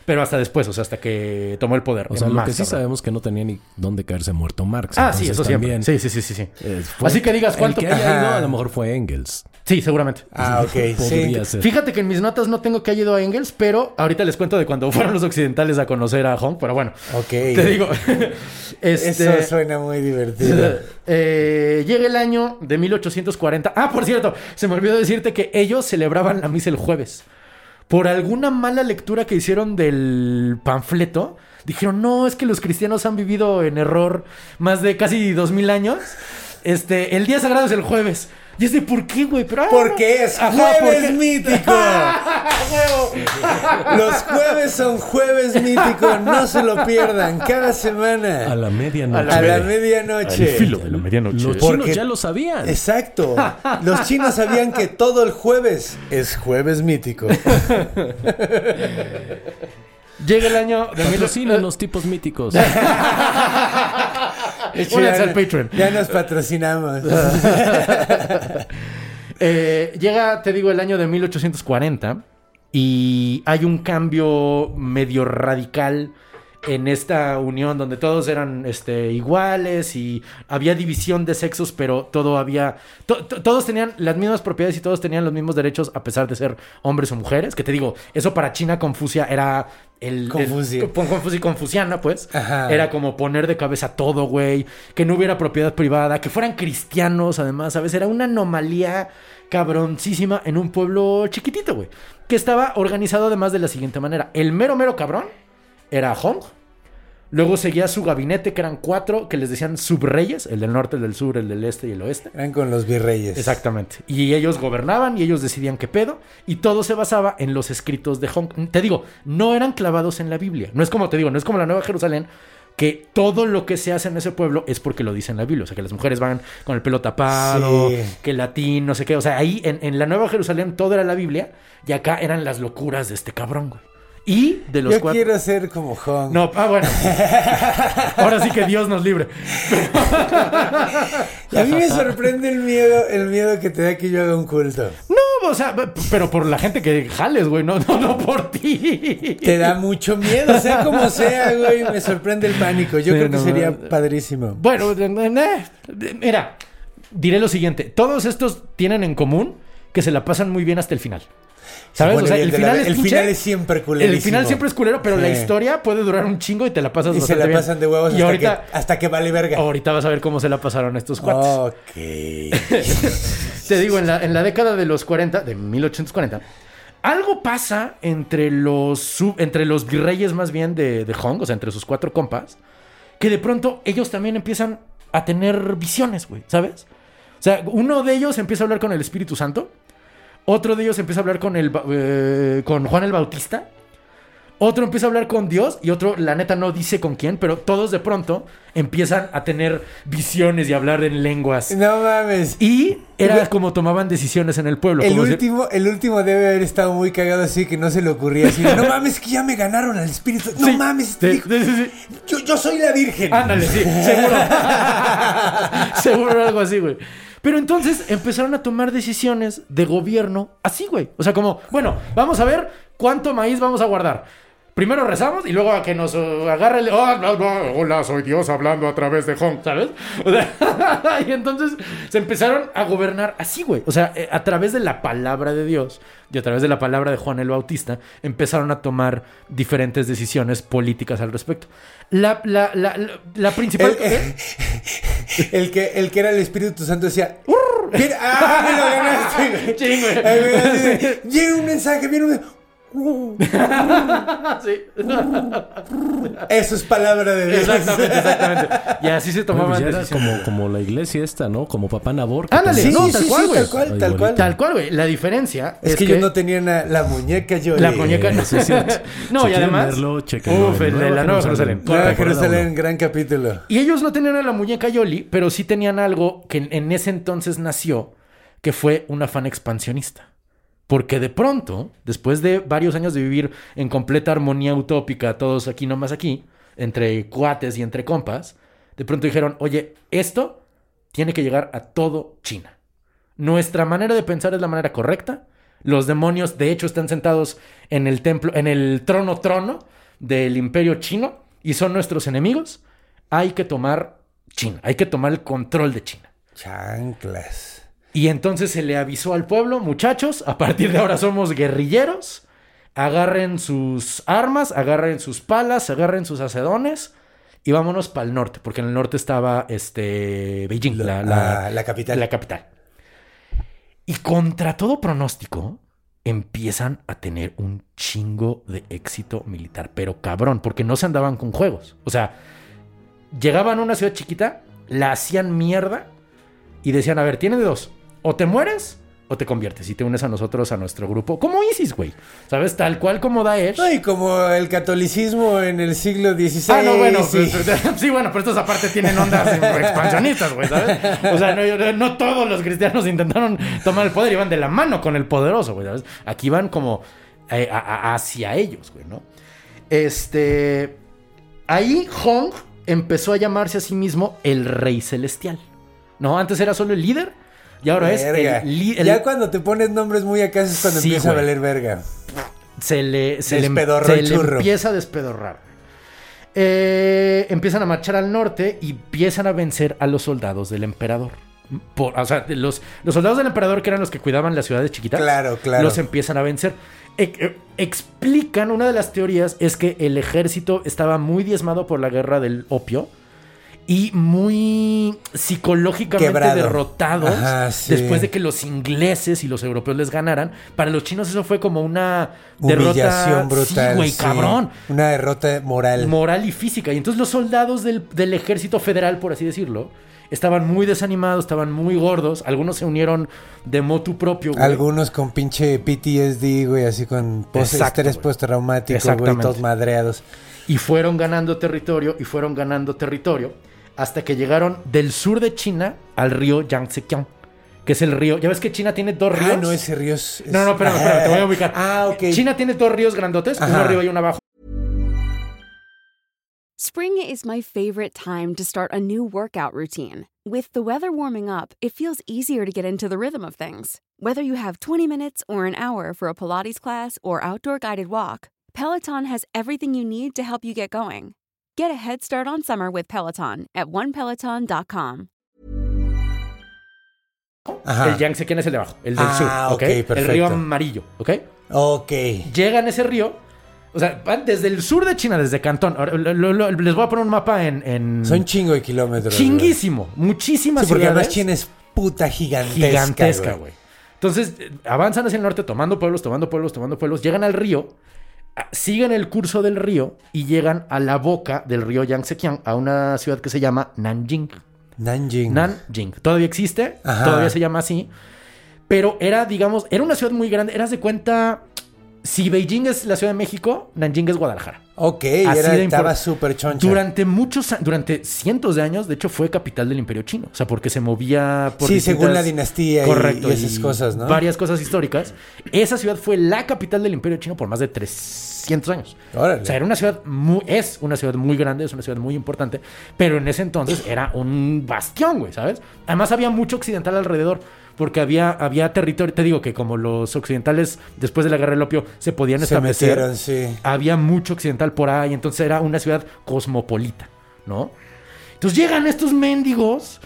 Pero hasta después, o sea, hasta que tomó el poder. O sea, lo más, que sí cabrón. sabemos que no tenía ni dónde caerse muerto Marx. Ah, sí, Entonces, eso también, siempre. Sí, sí, sí, sí. sí. eh, fue- Así que digas cuánto... El que haya ido Ajá. a lo mejor fue Engels. Sí, seguramente. Ah, ok. Sí. Podría ser. Fíjate que en mis notas no tengo que haya ido a Engels, pero ahorita les cuento de cuando fueron los occidentales a conocer a Hong, pero bueno. Ok. Te digo. este, Eso suena muy divertido. eh, llega el año de mil ochocientos cuarenta. Ah, por cierto, se me olvidó decirte que ellos celebraban la misa el jueves. Por alguna mala lectura que hicieron del panfleto, dijeron, no, es que los cristianos han vivido en error más de casi dos mil años. Este, el día sagrado es el jueves. Y es de, ¿por qué, güey? Pero, ah, Porque es Ajá, jueves porque- mítico. Los jueves son jueves mítico. No se lo pierdan. Cada semana. A la medianoche. A la Al medianoche. filo de la medianoche. Los Porque- chinos ya lo sabían. Exacto. Los chinos sabían que todo el jueves es jueves mítico. Llega el año de mil... Patrocinen los tipos míticos. De hecho, Únanse ya, al Patreon. ya nos patrocinamos. Eh, llega, te digo, el año de mil ochocientos cuarenta y hay un cambio medio radical en esta unión donde todos eran este, iguales y había división de sexos, pero todo había... to- to- todos tenían las mismas propiedades y todos tenían los mismos derechos a pesar de ser hombres o mujeres. Que te digo, eso para China Confucia era... El, Confucio. el- con- Confucio y confuciana, pues. Ajá. Era como poner de cabeza todo, güey. Que no hubiera propiedad privada. Que fueran cristianos, además, ¿sabes? Era una anomalía cabroncísima en un pueblo chiquitito, güey. Que estaba organizado además de la siguiente manera. El mero, mero cabrón era Hong. Luego seguía su gabinete, que eran cuatro, que les decían subreyes. El del norte, el del sur, el del este y el oeste. Eran con los virreyes. Exactamente. Y ellos gobernaban y ellos decidían qué pedo. Y todo se basaba en los escritos de Hong. Te digo, no eran clavados en la Biblia. No es como, te digo, no es como la Nueva Jerusalén, que todo lo que se hace en ese pueblo es porque lo dice en la Biblia. O sea, que las mujeres van con el pelo tapado, Sí. que el latín, no sé qué. O sea, ahí en, en la Nueva Jerusalén todo era la Biblia. Y acá eran las locuras de este cabrón, güey. Y de los Yo cuatro... quiero ser como Hong. No, ah, bueno. Ahora sí que Dios nos libre. Y a mí me sorprende el miedo, el miedo que te da que yo haga un culto. No, o sea, pero por la gente que jales, güey, no, no, no por ti. Te da mucho miedo, sea como sea, güey. Me sorprende el pánico. Yo Sí, creo que no, sería no. padrísimo. Bueno, eh, eh, mira, diré lo siguiente. Todos estos tienen en común que se la pasan muy bien hasta el final. ¿Sabes? Se pone O sea, bien el de la final ve- es el pinche- final es siempre culerísimo. El final siempre es culero, pero Sí. la historia puede durar un chingo y te la pasas Y se bastante la bien. pasan de huevos Y hasta, ahorita, que, hasta que vale verga. ahorita vas a ver cómo se la pasaron estos cuates. Ok. Te digo, en la, en la década de los cuarenta, de mil ochocientos cuarenta, algo pasa entre los, sub- entre los virreyes más bien de, de Hong, o sea, entre sus cuatro compas, que de pronto ellos también empiezan a tener visiones, güey, ¿sabes? O sea, uno de ellos empieza a hablar con el Espíritu Santo, otro de ellos empieza a hablar con, el, ba- eh, con Juan el Bautista, otro empieza a hablar con Dios y otro, la neta, no dice con quién, pero todos de pronto empiezan a tener visiones y hablar en lenguas. No mames. Y era como tomaban decisiones en el pueblo. El como si- último, el último debe haber estado muy cagado así que no se le ocurría así. No mames, que ya me ganaron al espíritu. No Sí, mames, sí, dijo, sí, sí, sí. yo, yo soy la virgen. Ándale, sí, seguro. Seguro algo así, güey. Pero entonces empezaron a tomar decisiones de gobierno así, güey. O sea, como, bueno, vamos a ver cuánto maíz vamos a guardar. Primero rezamos y luego a que nos uh, agarre el... Oh, no, no, hola, soy Dios hablando a través de Hong, ¿sabes? O sea, y entonces se empezaron a gobernar así, güey. O sea, eh, a través de la palabra de Dios y a través de la palabra de Juan el Bautista, empezaron a tomar diferentes decisiones políticas al respecto. La, la, la, la, la principal... El, el que, el que era el Espíritu Santo decía... "Bien- ¡Ah, me lo ganaste, güey! Ching, güey. Ahí me dice, viene un mensaje, viene un... Sí. Eso es palabra de Dios. Exactamente, exactamente. Y así se Bueno, tomaban pues ya era decisiones. como, como la iglesia esta, ¿no? Como Papá Nabor. que Ándale, Sí, también- no, tal sí, cual, sí, güey. tal cual, tal Igualito. cual. Tal cual, güey. La diferencia Es, es, que, yo no tenía una- la muñeca yo. La muñeca... Eh, sí, sí. No, Si y quieren además... verlo, chéquenlo Uf, en el de la Nueva Jerusalén. Nueva Correcto. Jerusalén, gran capítulo. Y ellos no tenían a la muñeca Yoli, pero sí tenían algo que en, en ese entonces nació, que fue un afán expansionista. Porque de pronto, después de varios años de vivir en completa armonía utópica, todos aquí nomás aquí, entre cuates y entre compas, de pronto dijeron, oye, esto tiene que llegar a todo China. Nuestra manera de pensar es la manera correcta, Los demonios, de hecho, están sentados en el templo, en el trono trono del imperio chino y son nuestros enemigos. Hay que tomar China, hay que tomar el control de China. Chanclas. Y entonces se le avisó al pueblo, muchachos, a partir de ahora somos guerrilleros. Agarren sus armas, agarren sus palas, agarren sus hacedones y vámonos para el norte, porque en el norte estaba este Beijing, la, la, ah, la capital. La capital. Y contra todo pronóstico, empiezan a tener un chingo de éxito militar, pero cabrón, porque no se andaban con juegos. O sea, llegaban a una ciudad chiquita, la hacían mierda y decían, a ver, tiene de dos, o te mueres o te conviertes y te unes a nosotros, a nuestro grupo. Como ISIS, güey. ¿Sabes? Tal cual como Daesh. No, y como el catolicismo en el siglo dieciséis. Ah, no, bueno. Sí, Pues, sí bueno, pero estos aparte tienen ondas expansionistas, güey, ¿sabes? O sea, no, no todos los cristianos intentaron tomar el poder. Iban de la mano con el poderoso, güey, ¿sabes? Aquí van como eh, a, a, hacia ellos, güey, ¿no? Este... Ahí Hong empezó a llamarse a sí mismo el Rey Celestial. ¿No? Antes era solo el líder. Y ahora verga. es el, el... Ya cuando te pones nombres muy acá es cuando sí, empieza güey. a valer verga. Se le, se le, Despedorró se el le churro. empieza a despedorrar. Eh, empiezan a marchar al norte y empiezan a vencer a los soldados del emperador. Por, o sea, los, los soldados del emperador, que eran los que cuidaban las ciudades chiquitas, Claro, claro. los empiezan a vencer. E- e- explican, una de las teorías es que el ejército estaba muy diezmado por la guerra del opio y muy psicológicamente Quebrado. derrotados. Ajá, sí. Después de que los ingleses y los europeos les ganaran. Para los chinos eso fue como una Humillación derrota brutal. Sí, güey, sí. cabrón. Una derrota moral. Moral y física. Y entonces los soldados del, del ejército federal, por así decirlo, estaban muy desanimados, estaban muy gordos. Algunos se unieron de motu propio, güey. Algunos con pinche P T S D, güey, así con post Exacto, estrés güey. postraumático, güey, Exactamente. todos madreados. Y fueron ganando territorio y fueron ganando territorio hasta que llegaron del sur de China al río Yangtze-kiang, que es el río. Ya ves que China tiene dos ríos. Ah, no, ese río es... es- No, no, espérame, espérame, te voy a ubicar. Ah, ok. China tiene dos ríos grandotes, uno Ajá. arriba y uno abajo. Spring is my favorite time to start a new workout routine. With the weather warming up, it feels easier to get into the rhythm of things. Whether you have twenty minutes or an hour for a Pilates class or outdoor guided walk, Peloton has everything you need to help you get going. Get a head start on summer with Peloton at one peloton dot com. Ajá. El Yangtze-kiang es el de abajo, el del Ah, sur, ¿ok? ok, El perfecto. río amarillo, ¿ok? Ok. Llegan a ese río, o sea, van desde el sur de China, desde Cantón. Ahora, lo- lo- lo- les voy a poner un mapa en... en... Son chingo de kilómetros. Chinguísimo, muchísimas güey. Sí, porque ciudades. además China es puta gigantesca, Gigantesca, güey. güey. Entonces, eh, avanzan hacia el norte tomando pueblos, tomando pueblos, tomando pueblos. Llegan al río, a- siguen el curso del río y llegan a la boca del río Yangtze-kiang, a una ciudad que se llama Nanjing. Nanjing. Nanjing. Todavía existe, Ajá. todavía se llama así. Pero era, digamos, era una ciudad muy grande. Eras de cuenta, si Beijing es la Ciudad de México, Nanjing es Guadalajara. Ok, Así era, de estaba import- súper choncha. Durante muchos, a- durante cientos de años, de hecho, fue capital del Imperio Chino. O sea, porque se movía por Sí, distintas- según la dinastía y- Correcto, y esas cosas, ¿no? Varias cosas históricas. Esa ciudad fue la capital del Imperio Chino por más de trescientos años. Órale. O sea, era una ciudad muy... Es una ciudad muy grande, es una ciudad muy importante. Pero en ese entonces era un bastión, güey, ¿sabes? Además había mucho occidental alrededor. Porque había, había territorio... Te digo que como los occidentales, después de la guerra del opio, se podían Se establecer... metieron, sí. Había mucho occidental por ahí, entonces era una ciudad cosmopolita, ¿no? Entonces llegan estos mendigos,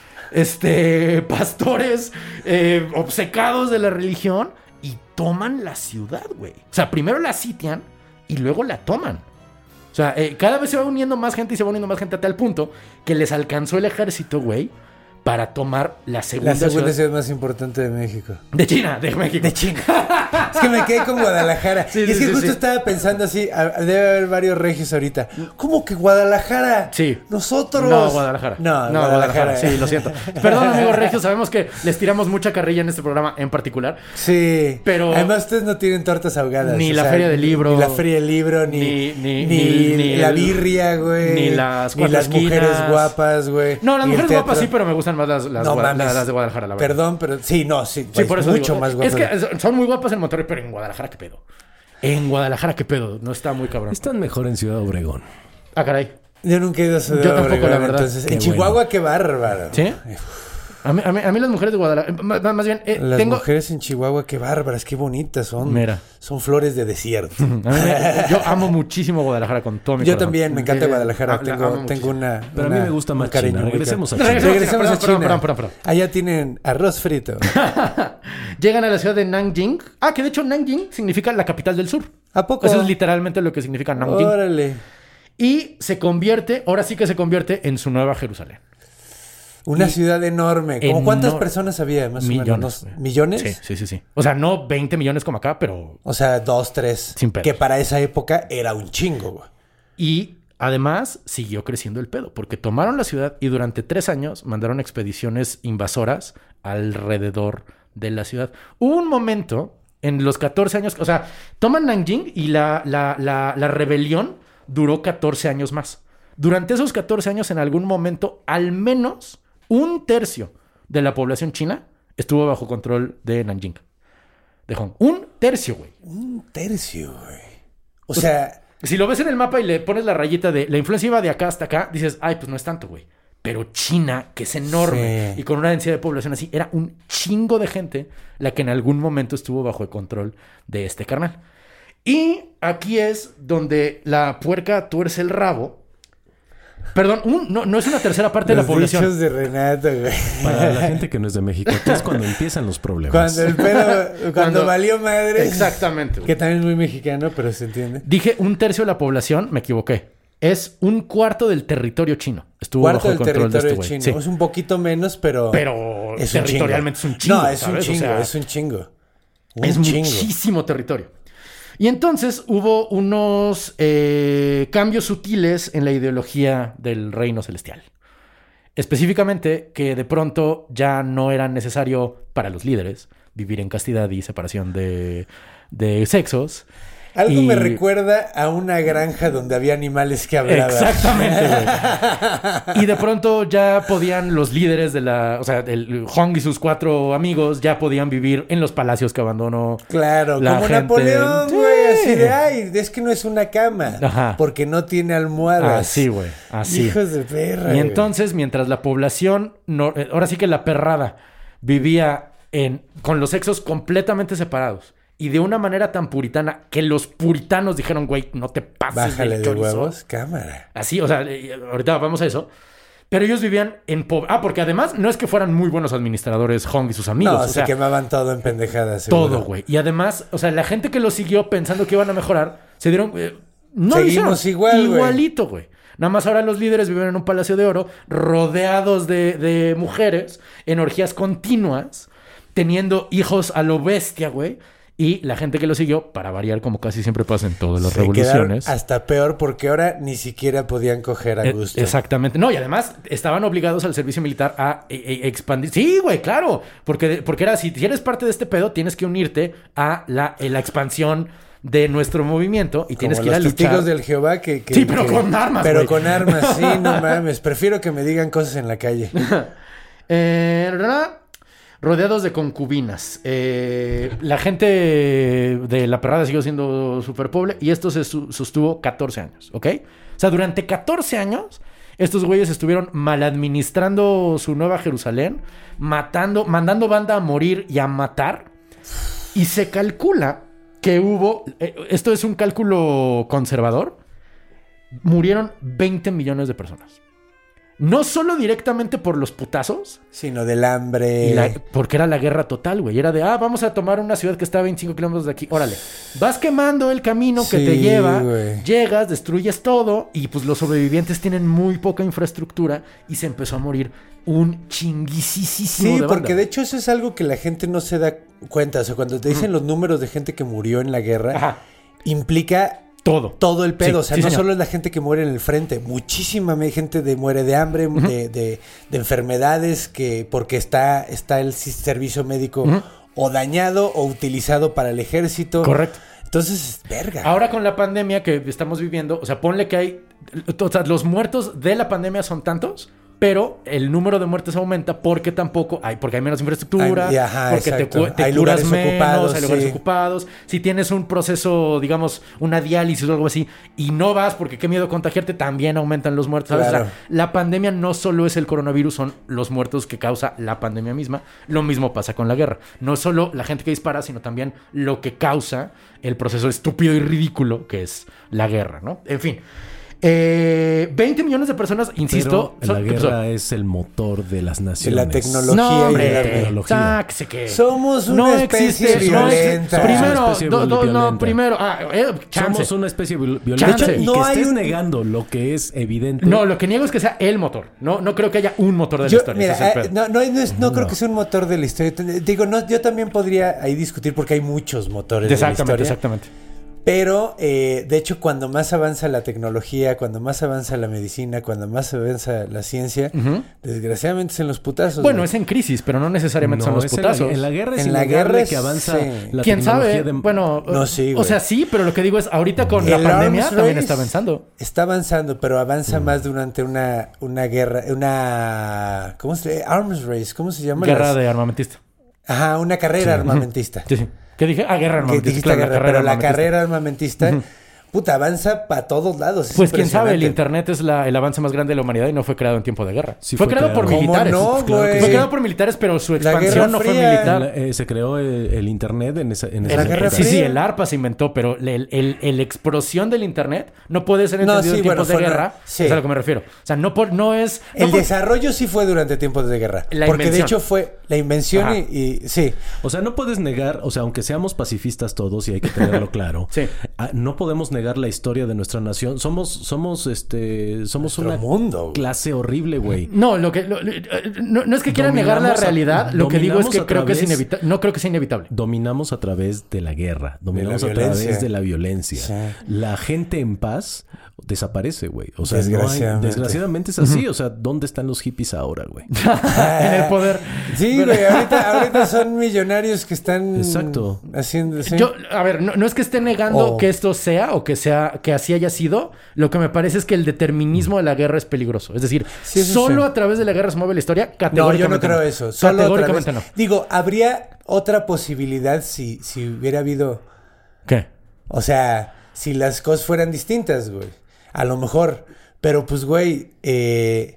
este, pastores eh, obcecados de la religión y toman la ciudad, güey. O sea, primero la sitian y luego la toman. O sea, eh, cada vez se va uniendo más gente y se va uniendo más gente a tal punto que les alcanzó el ejército, güey, para tomar la segunda, La segunda ciudad ciudad más importante de México. de China, de México. De China. Es que me quedé con Guadalajara. Sí, y es sí, que sí, justo sí. estaba pensando así, a- debe haber varios regios ahorita. ¿Cómo que Guadalajara? Sí. Nosotros. No, Guadalajara. No, no Guadalajara. Sí, lo siento. Perdón, amigos regios, sabemos que les tiramos mucha carrilla en este programa en particular. Sí. Pero- además ustedes no tienen tortas ahogadas. Ni o la sea, feria del libro. Ni la feria del libro, ni, Ni- ni, ni- ni- ni la el- birria, güey. ni las Ni cuatro las mujeres esquinas. guapas, güey. No, las ni el mujeres teatro. guapas sí, pero me gustan más las, las, No gua- mames. la- las de Guadalajara, la verdad. Perdón, pero sí, no, sí. Sí, pues, por eso mucho digo, más guapas. Es que son muy guapas en Monterrey, pero en Guadalajara, ¿qué pedo? En Guadalajara, ¿qué pedo? No está muy cabrón. Están mejor en Ciudad Obregón. Ah, caray. Yo nunca he ido a Ciudad Yo tampoco, Obregón, la verdad. Entonces, Qué en Chihuahua, bueno. qué bárbaro. ¿Sí? A mí, a, mí, a mí las mujeres de Guadalajara... Más, más bien... Eh, Las tengo... mujeres en Chihuahua, qué bárbaras, qué bonitas son. Mira. Son flores de desierto. A mí me- yo amo muchísimo Guadalajara con todo mi Yo corazón. también, me encanta Eh, Guadalajara. ah, la tengo, amo tengo muchísimo. una... Pero a mí una- me gusta un más cariño China. muy Regresemos a cabrón. China. Regresemos a Perdón, China. perdón, perdón, perdón. Allá tienen arroz frito. Llegan a la ciudad de Nanjing. Ah, que de hecho Nanjing significa la capital del sur. ¿A poco? Eso es literalmente lo que significa Nanjing. Órale. Y se convierte, ahora sí que se convierte en su nueva Jerusalén. Una ciudad enorme. ¿Cómo Enor- cuántas personas había? Más Millones, o menos. güey. ¿Millones? Sí, sí, sí, sí. O sea, no veinte millones como acá, pero... O sea, dos, tres. Sin pedos. Que para esa época era un chingo, güey. Y además siguió creciendo el pedo, porque tomaron la ciudad y durante tres años mandaron expediciones invasoras alrededor de la ciudad. Hubo un momento en los catorce años, o sea, toman Nanjing y la, la, la, la rebelión duró catorce años más. Durante esos catorce años, en algún momento, al menos un tercio de la población china estuvo bajo control de Nanjing. De Hong. Un tercio, güey. Un tercio, güey. O sea, Si lo ves en el mapa y le pones la rayita de la influencia iba de acá hasta acá, dices, ay, pues no es tanto, güey. Pero China, que es enorme Sí. y con una densidad de población así, era un chingo de gente la que en algún momento estuvo bajo el control de este carnal. Y aquí es donde la puerca tuerce el rabo. Perdón, un- no, no es una tercera parte de la los población. dichos de Renato, güey. Para la gente que no es de México, aquí es cuando empiezan los problemas. Cuando el pedo, cuando, Cuando- valió madre. Exactamente, güey. Que también es muy mexicano, pero se entiende. Dije un tercio de la población, me equivoqué. Es un cuarto del territorio chino. Estuvo Cuarto bajo el del control de territorio este güey. chino. Sí. Es un poquito menos, pero. Pero es un territorialmente chingo. es un chingo, No, es ¿sabes? un O chingo, sea, es un chingo. Un es chingo. muchísimo territorio. Y entonces hubo unos eh, cambios sutiles en la ideología del reino celestial. Específicamente que de pronto ya no era necesario para los líderes vivir en castidad y separación de, de sexos. Algo Y- me recuerda a una granja donde había animales que hablaban. Exactamente, güey. Y de pronto ya podían los líderes de la... O sea, el Hong y sus cuatro amigos ya podían vivir en los palacios que abandonó. Claro, La como gente- Napoleón, Sí. güey. Así de, ay, es que no es una cama. Ajá. Porque no tiene almohadas. Así, güey. Así. Hijos de perra. Y güey. entonces, mientras la población, no- eh, ahora sí que la perrada, vivía en, con los sexos completamente separados y de una manera tan puritana que los puritanos dijeron, güey, no te pases Bájale de de chorizo. huevos, cámara. Así, o sea, eh, ahorita vamos a eso. Pero ellos vivían en pobreza. Ah, porque además no es que fueran muy buenos administradores Hong y sus amigos. No, o se sea, quemaban todo en pendejadas. seguro. todo, güey. Y además, o sea, la gente que los siguió pensando que iban a mejorar, se dieron... eh, no lo Seguimos hicieron. igual, güey. Igualito, güey. Nada más ahora los líderes viven en un palacio de oro, rodeados de, de mujeres, en orgías continuas, teniendo hijos a lo bestia, güey. Y la gente que lo siguió, para variar, como casi siempre pasa en todas las Se quedaron revoluciones. hasta peor porque ahora ni siquiera podían coger a Eh, gusto. Exactamente. No, y además estaban obligados al servicio militar a eh, eh, expandir. Sí, güey, claro. Porque, porque era, si eres parte de este pedo, tienes que unirte a la, eh, la expansión de nuestro movimiento y tienes Como que ir a los luchar. testigos del Jehová que... que- Sí, pero que- con armas, Pero güey. con armas, sí, no mames. Prefiero que me digan cosas en la calle. Eh, ¿verdad? Rodeados de concubinas. Eh, la gente de la perrada siguió siendo súper pobre y esto se su- sostuvo catorce años, ¿ok? O sea, durante catorce años, estos güeyes estuvieron maladministrando su nueva Jerusalén, matando, mandando banda a morir y a matar. Y se calcula que hubo, eh, esto es un cálculo conservador, murieron veinte millones de personas. No solo directamente por los putazos, Sino del hambre. y la- porque era la guerra total, güey. Era de, ah, vamos a tomar una ciudad que está a veinticinco kilómetros de aquí. Órale. Vas quemando el camino que Sí, te lleva, güey. llegas, destruyes todo y pues los sobrevivientes tienen muy poca infraestructura y se empezó a morir un chinguisísimo Sí, de porque banda. de hecho eso es algo que la gente no se da cuenta. O sea, cuando te dicen los números de gente que murió en la guerra, Ajá. implica Todo. todo el pedo. Sí, o sea, sí, no señor. solo es la gente que muere en el frente. Muchísima me- gente de, muere de hambre, de, de- de enfermedades, que porque está, está el si- servicio médico Ujú. o dañado o utilizado para el ejército. Correcto. Entonces, verga. Ahora con la pandemia que estamos viviendo, o sea, ponle que hay, o sea, los muertos de la pandemia son tantos pero el número de muertes aumenta porque tampoco hay, porque hay menos infraestructura, Ay, ajá, porque te, exacto. cu- te Hay curas lugares menos, ocupados, hay lugares sí. ocupados. Si tienes un proceso, digamos, una diálisis o algo así, y no vas porque qué miedo contagiarte, también aumentan los muertos. ¿Sabes? Claro. O sea, la pandemia no solo es el coronavirus, son los muertos que causa la pandemia misma. Lo mismo pasa con la guerra. No solo la gente que dispara, sino también lo que causa el proceso estúpido y ridículo que es la guerra, ¿no? En fin. Eh, veinte millones de personas, insisto. Pero son- la guerra es el motor de las naciones. la tecnología. No, y de hombre. la tecnología. Sáquese que. Somos una No especie existe, no existe. violenta. Primero, Somos una especie do- do- no, violenta. primero. Ah, eh, chance. Somos una especie viol- Chance. violenta. Y No que hay estés un- negando lo que es evidente. No, lo que niego es que sea el motor. No, no creo que haya un motor de la Yo, historia. mira, ese es el eh, pedo. no, no, no, es- no creo No. que sea un motor de la historia. Te- Digo, no, yo también podría ahí discutir porque hay muchos motores Exactamente, de la historia. exactamente. Pero, eh, de hecho, cuando más avanza la tecnología, cuando más avanza la medicina, cuando más avanza la ciencia, Ujú. desgraciadamente es en los putazos. Bueno, güey. es en crisis, pero no necesariamente son No, los es en la- putazos. En la, guerra es En la innegable guerra es- que avanza sí. la ¿Quién tecnología sabe? de- Bueno, No, eh, sí, o güey. sea, sí, pero lo que digo es, ahorita con la El pandemia arms también race está avanzando. Está avanzando, pero avanza Mm. más durante una, una guerra, una... ¿Cómo se llama? Arms race, ¿cómo se llama? Guerra Las- de armamentista. Ajá, una carrera armamentista. Sí, sí. ¿Qué dije? Ah, guerra Que armamentista. dijiste claro, guerra, pero la armamentista. carrera armamentista, puta, avanza para todos lados. Es Pues quién sabe, el impresionante. Internet es la- el avance más grande de la humanidad y no fue creado en tiempo de guerra. Sí fue, fue creado por creado. ¿Cómo militares. no, Pues claro que güey? Fue sí. creado por militares, pero su La Guerra expansión no fue Fría. militar. La- eh, se creó el, el internet en esa, en En esa la El- Guerra sí, Fría. sí, el ARPA se inventó, pero el, el, el explosión del Internet no puede ser No, entendido sí, en tiempos bueno, de fue guerra. una- sí. Es a lo que me refiero. O sea, no, por, no es... no El por- desarrollo sí fue durante tiempos de guerra. La porque invención. de hecho fue la invención Ajá. y, y- sí. O sea, no puedes negar, o sea, aunque seamos pacifistas todos y hay que tenerlo claro, Sí. ah, no podemos negar la historia de nuestra nación. Somos, somos, este, somos Nuestro una mundo, güey. clase horrible, güey. No, lo que lo- lo- eh, no, no es que quiera negar la Dominamos a- realidad, lo que digo es que dominamos a creo que es través- inevitable. No creo que sea inevitable. Dominamos a través de la guerra, dominamos a violencia. través de la violencia. Sí. La gente en paz desaparece, güey. O sea, no hay- Desgraciadamente. desgraciadamente es así. O sea, ¿dónde están los hippies ahora, güey? En el poder. Sí, Pero- güey, ahorita, ahorita son millonarios que están Exacto. haciendo sí. Yo, a ver, no, no es que esté negando O- que esto sea o que sea que así haya sido. Lo que me parece es que el determinismo de la guerra es peligroso. Es decir, Sí, eso solo sí. a través de la guerra se mueve la historia. No, Categóricamente yo no creo eso. Solo otra Categóricamente vez. no. Digo, habría otra posibilidad si, si hubiera habido, ¿Qué? o sea, si las cosas fueran distintas, güey. A lo mejor. Pero pues, güey, eh...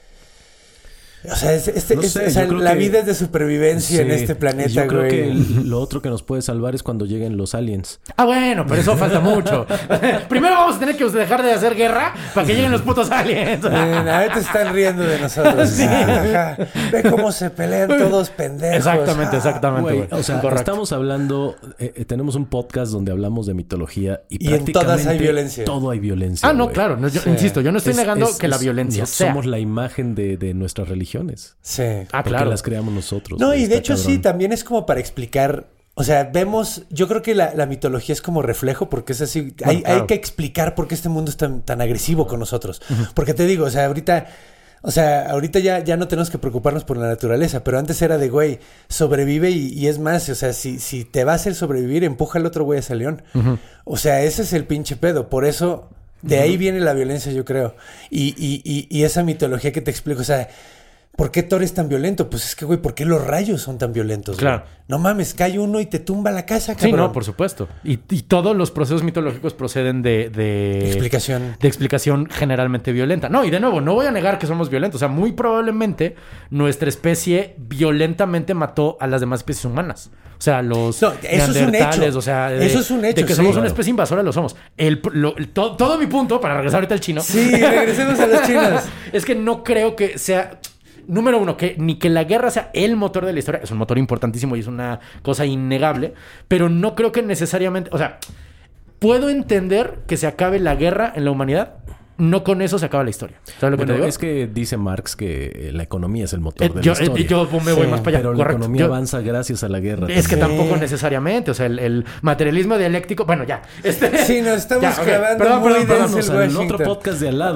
O sea, es- este- No es- sé, o sea, yo creo la que- vida es de supervivencia en Sí. este planeta, Yo creo güey. que el- lo otro que nos puede salvar es cuando lleguen los aliens. Ah, bueno, pero eso falta mucho. Primero vamos a tener que dejar de hacer guerra para que lleguen los putos aliens. Eh, ahorita están riendo de nosotros. Sí. Ajá. Ve cómo se pelean todos pendejos. Exactamente, Ah. exactamente. Güey, güey. o sea, Correcto. estamos hablando, eh, eh, tenemos un podcast donde hablamos de mitología y, Y en prácticamente todas hay violencia. todo hay violencia. Ah, no, güey. claro. no, yo, Sí. Insisto, yo no estoy Es- negando es- que la es- violencia no sea. somos la imagen de, de nuestras religiones. Sí. Ah, Porque claro. las creamos nosotros. No, güey, y de está hecho sí, cabrón. también es como para explicar. O sea, vemos, yo creo que la, la mitología es como reflejo porque es así. hay, claro. hay que explicar por qué este mundo es tan, tan agresivo con nosotros. Porque te digo, o sea, ahorita, o sea, ahorita ya, ya no tenemos que preocuparnos por la naturaleza, pero antes era de, güey, sobrevive y, y es más, o sea, si, si te va a hacer sobrevivir, empuja al otro güey hacia el león. O sea, ese es el pinche pedo. Por eso, de ahí viene la violencia, yo creo. Y, y, y, y esa mitología que te explico, o sea, ¿por qué Thor es tan violento? Pues es que, güey, ¿por qué los rayos son tan violentos? Claro. Güey? No mames, cae uno y te tumba la casa, Sí, cabrón. no, por supuesto. Y, y todos los procesos mitológicos proceden de, de... Explicación. De explicación generalmente violenta. No, y de nuevo, no voy a negar que somos violentos. O sea, muy probablemente nuestra especie violentamente mató a las demás especies humanas. O sea, los No, eso es un neandertales, hecho. o sea... De, Eso es un hecho, De que sí. somos Claro. una especie invasora, lo somos. El, lo- el- to- todo mi punto, para regresar ahorita al chino... Sí, regresemos a los chinos. es que no creo que sea... Número uno, que ni que la guerra sea el motor de la historia. Es un motor importantísimo y es una cosa innegable. Pero no creo que necesariamente... O sea, puedo entender que se acabe la guerra en la humanidad. No con eso se acaba la historia. ¿Sabes lo que Bueno, te digo? es que dice Marx que la economía es el motor Eh, de yo, la historia. eh, yo me voy Sí, más para allá. pero la Correcto. economía Yo- avanza gracias a la guerra. es que también. tampoco necesariamente. O sea, el, el materialismo dialéctico... Bueno, ya. Este, Sí, nos estamos Ya, ok. clavando Perdón, muy perdón, perdón. denso Vámonos el al Washington. otro podcast de al lado.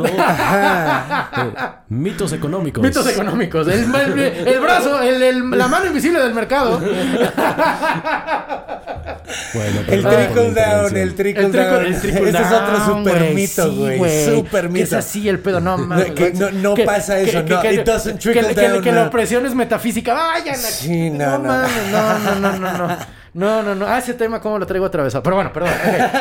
Ajá. Eh, mitos económicos. Mitos económicos. El, el- el brazo, el- el- la mano invisible del mercado. Bueno, El perdón por la trickle down, intervención. el trickle El trickle- down. el trickle Ese es down, otro super güey, mito, sí, güey. güey. Super Que mito. es así el pedo, no mames. que güey. no- no pasa eso, no, it doesn't trickle que, que- down, que no. la opresión es metafísica. Vayan aquí. Sí, no, no. mames, no, no, no, no, no. No, no, no. Ah, ese tema cómo lo traigo atravesado. Pero bueno, perdón.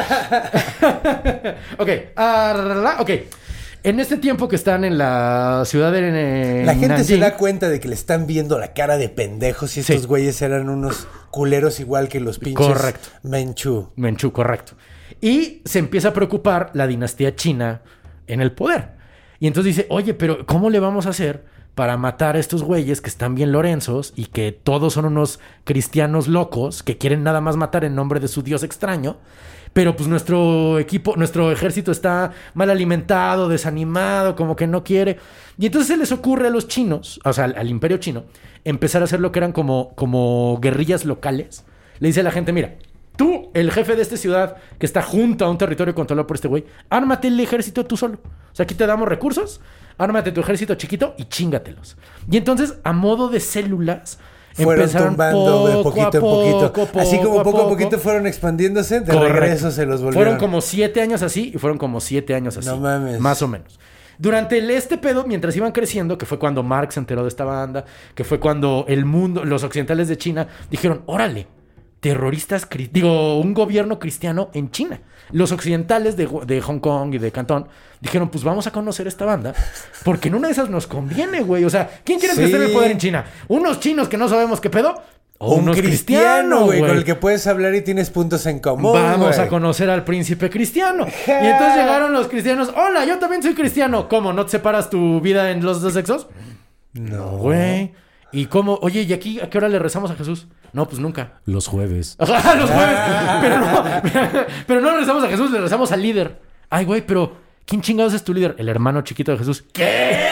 Ok. Ok. Ah, ok. En este tiempo que están en la ciudad de La gente se Nanjing, da cuenta de que le están viendo la cara de pendejos y estos Sí. güeyes eran unos culeros igual que los pinches Correcto. Menchú. Menchú, correcto. Y se empieza a preocupar la dinastía china en el poder. Y entonces dice, oye, pero ¿cómo le vamos a hacer para matar a estos güeyes que están bien lorenzos y que todos son unos cristianos locos que quieren nada más matar en nombre de su dios extraño? Pero pues nuestro equipo, nuestro ejército está mal alimentado, desanimado, como que no quiere. Y entonces se les ocurre a los chinos, o sea, al, al imperio chino, empezar a hacer lo que eran como, como guerrillas locales. Le dice a la gente, mira, tú, el jefe de esta ciudad que está junto a un territorio controlado por este güey, ármate el ejército tú solo. O sea, aquí te damos recursos, ármate tu ejército chiquito y chíngatelos. Y entonces, a modo de células, Fueron empezaron tumbando de poco poquito a en poquito. poco, Así como poco a poco a poco. poquito fueron expandiéndose, de Correcto. regreso se los volvieron. Fueron como siete años así y fueron como siete años así. No mames. Más o menos. Durante el, este pedo, mientras iban creciendo, que fue cuando Marx se enteró de esta banda, que fue cuando el mundo, los occidentales de China, dijeron, órale, terroristas, cri- digo, un gobierno cristiano en China. Los occidentales de, de Hong Kong y de Cantón dijeron, pues vamos a conocer esta banda, porque en una de esas nos conviene, güey. O sea, ¿quién quiere que Sí. esté en el poder en China? ¿Unos chinos que no sabemos qué pedo? ¿O Un unos cristiano, güey, cristianos, con el que puedes hablar y tienes puntos en común. Vamos güey. a conocer al príncipe cristiano. Y entonces llegaron los cristianos. Hola, yo también soy cristiano. ¿Cómo? ¿No te separas tu vida en los dos sexos? No, güey. ¿Y cómo? Oye, ¿y aquí a qué hora le rezamos a Jesús? No, pues nunca. Los jueves. Ajá, los jueves. Pero no, pero no le rezamos a Jesús, le rezamos al líder. Ay, güey, pero ¿quién chingados es tu líder? El hermano chiquito de Jesús. ¿Qué?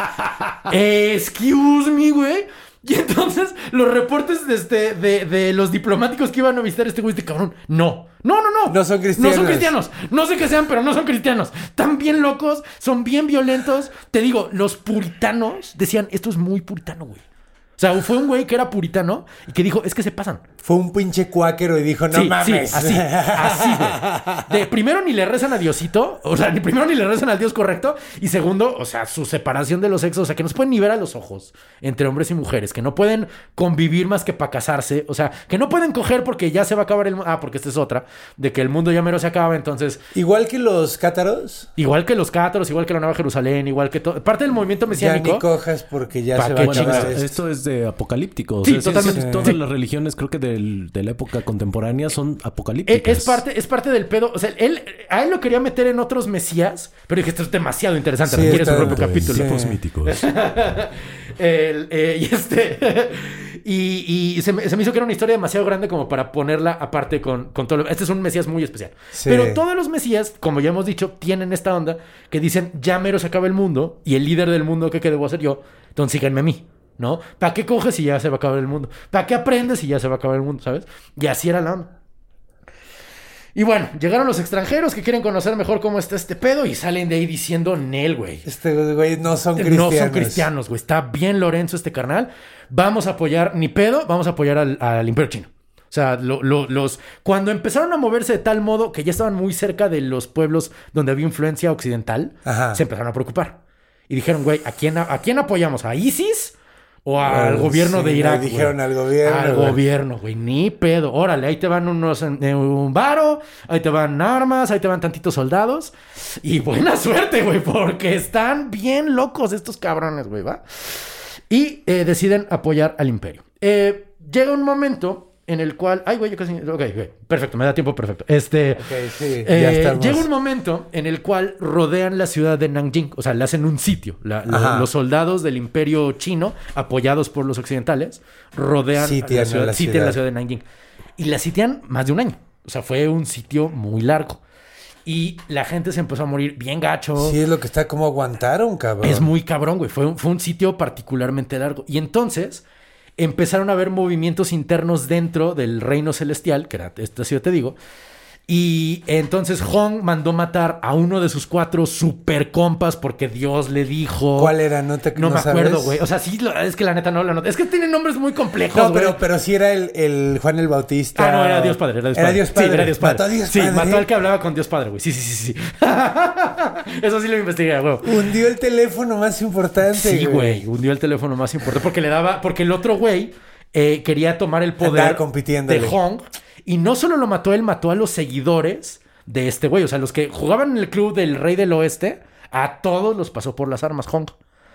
Excuse me, güey. Y entonces los reportes de, este, de, de los diplomáticos que iban a visitar a este güey, este cabrón, no. No, no, no. No son cristianos. No son cristianos. No sé qué sean, pero no son cristianos. Están bien locos, son bien violentos. Te digo, los puritanos decían, esto es muy puritano, güey. O sea, fue un güey que era puritano y que dijo, es que se pasan. Fue un pinche cuáquero y dijo, no Sí, mames. sí, así, así, güey. De primero ni le rezan a Diosito, o sea, ni primero ni le rezan al Dios correcto, y segundo, o sea, su separación de los sexos, o sea, que no se pueden ni ver a los ojos entre hombres y mujeres, que no pueden convivir más que para casarse, o sea, que no pueden coger porque ya se va a acabar el mundo. Ah, porque esta es otra, de que el mundo ya mero se acaba, entonces, Igual que los cátaros, igual que los cátaros, igual que la Nueva Jerusalén, igual que todo, parte del movimiento ya mesiánico. ni cojas porque ya ¿Pa' se va qué a acabar chingas? esto. Esto es de apocalíptico. O Sí, sea, sí, totalmente. sí, todas Sí. las religiones, creo que del- de la época contemporánea, son Eh, apocalípticas. Es parte, es parte del pedo. O sea, él, a él lo quería meter en otros mesías, pero dije, esto es demasiado interesante. Sí, Requiere su está- propio capítulo. sí. Tipos míticos. El, eh, y este. y y se, me, se me hizo que era una historia demasiado grande como para ponerla aparte con, con todo lo. Este es un mesías muy especial. Sí. Pero todos los mesías, como ya hemos dicho, tienen esta onda que dicen: ya mero se acaba el mundo y el líder del mundo, ¿qué, qué debo hacer yo? Entonces síganme a mí. ¿No? ¿Para qué coges si ya se va a acabar el mundo? ¿Para qué aprendes si ya se va a acabar el mundo? ¿Sabes? Y así era la onda. Y bueno, llegaron los extranjeros que quieren conocer mejor cómo está este pedo y salen de ahí diciendo Nel, güey. Este güey no son cristianos. No son cristianos, güey. Está bien Lorenzo este carnal. Vamos a apoyar, ni pedo, vamos a apoyar al, al Imperio Chino. O sea, lo- lo- los cuando empezaron a moverse de tal modo que ya estaban muy cerca de los pueblos donde había influencia occidental, Ajá. se empezaron a preocupar. Y dijeron, güey, ¿a quién, ¿a quién apoyamos? ¿A ISIS? ¿O al Bueno, gobierno sí, de le Irak? dijeron güey? al gobierno, Al güey. gobierno, güey. Ni pedo. Órale, ahí te van unos eh, un varo, ahí te van armas, ahí te van tantitos soldados. Y buena suerte, güey, porque están bien locos estos cabrones, güey, ¿va? Y eh, deciden apoyar al imperio. Eh, llega un momento en el cual... Ay, güey, yo casi... Ok, ok. Perfecto, me da tiempo perfecto. Este... Ok, sí, eh, ya estamos. llega un momento en el cual rodean la ciudad de Nanjing. O sea, le hacen un sitio. La- lo- Ajá. los soldados del imperio chino, apoyados por los occidentales, rodean Sitian la ciudad, a la sitian ciudad. la ciudad de Nanjing. Y la sitian más de un año. O sea, fue un sitio muy largo. Y la gente se empezó a morir bien gacho. Sí, es lo que está como aguantaron, cabrón. Es muy cabrón, güey. Fue un, fue un sitio particularmente largo. Y entonces empezaron a haber movimientos internos dentro del reino celestial, que era esta ciudad, te digo, Y entonces Hong mandó matar a uno de sus cuatro super compas porque Dios le dijo... ¿Cuál era? No te No, no me sabes? acuerdo, güey. O sea, sí, lo- es que la neta no la nota. Es que tienen nombres muy complejos, No, güey. pero, pero sí era el, el Juan el Bautista. Ah, no, era Dios Padre, era Dios Era Padre. Dios Padre. Sí, era Dios Padre. Mató a Dios sí, Padre. mató al que hablaba con Dios Padre, güey. Sí, sí, sí, sí. Eso sí lo investigué, güey. Hundió el teléfono más importante, Sí, güey. Hundió el teléfono más importante porque le daba... Porque el otro güey eh, quería tomar el poder Andaba compitiéndole. de Hong. Y no solo lo mató él, mató a los seguidores de este güey. O sea, los que jugaban en el club del Rey del Oeste, a todos los pasó por las armas Hong.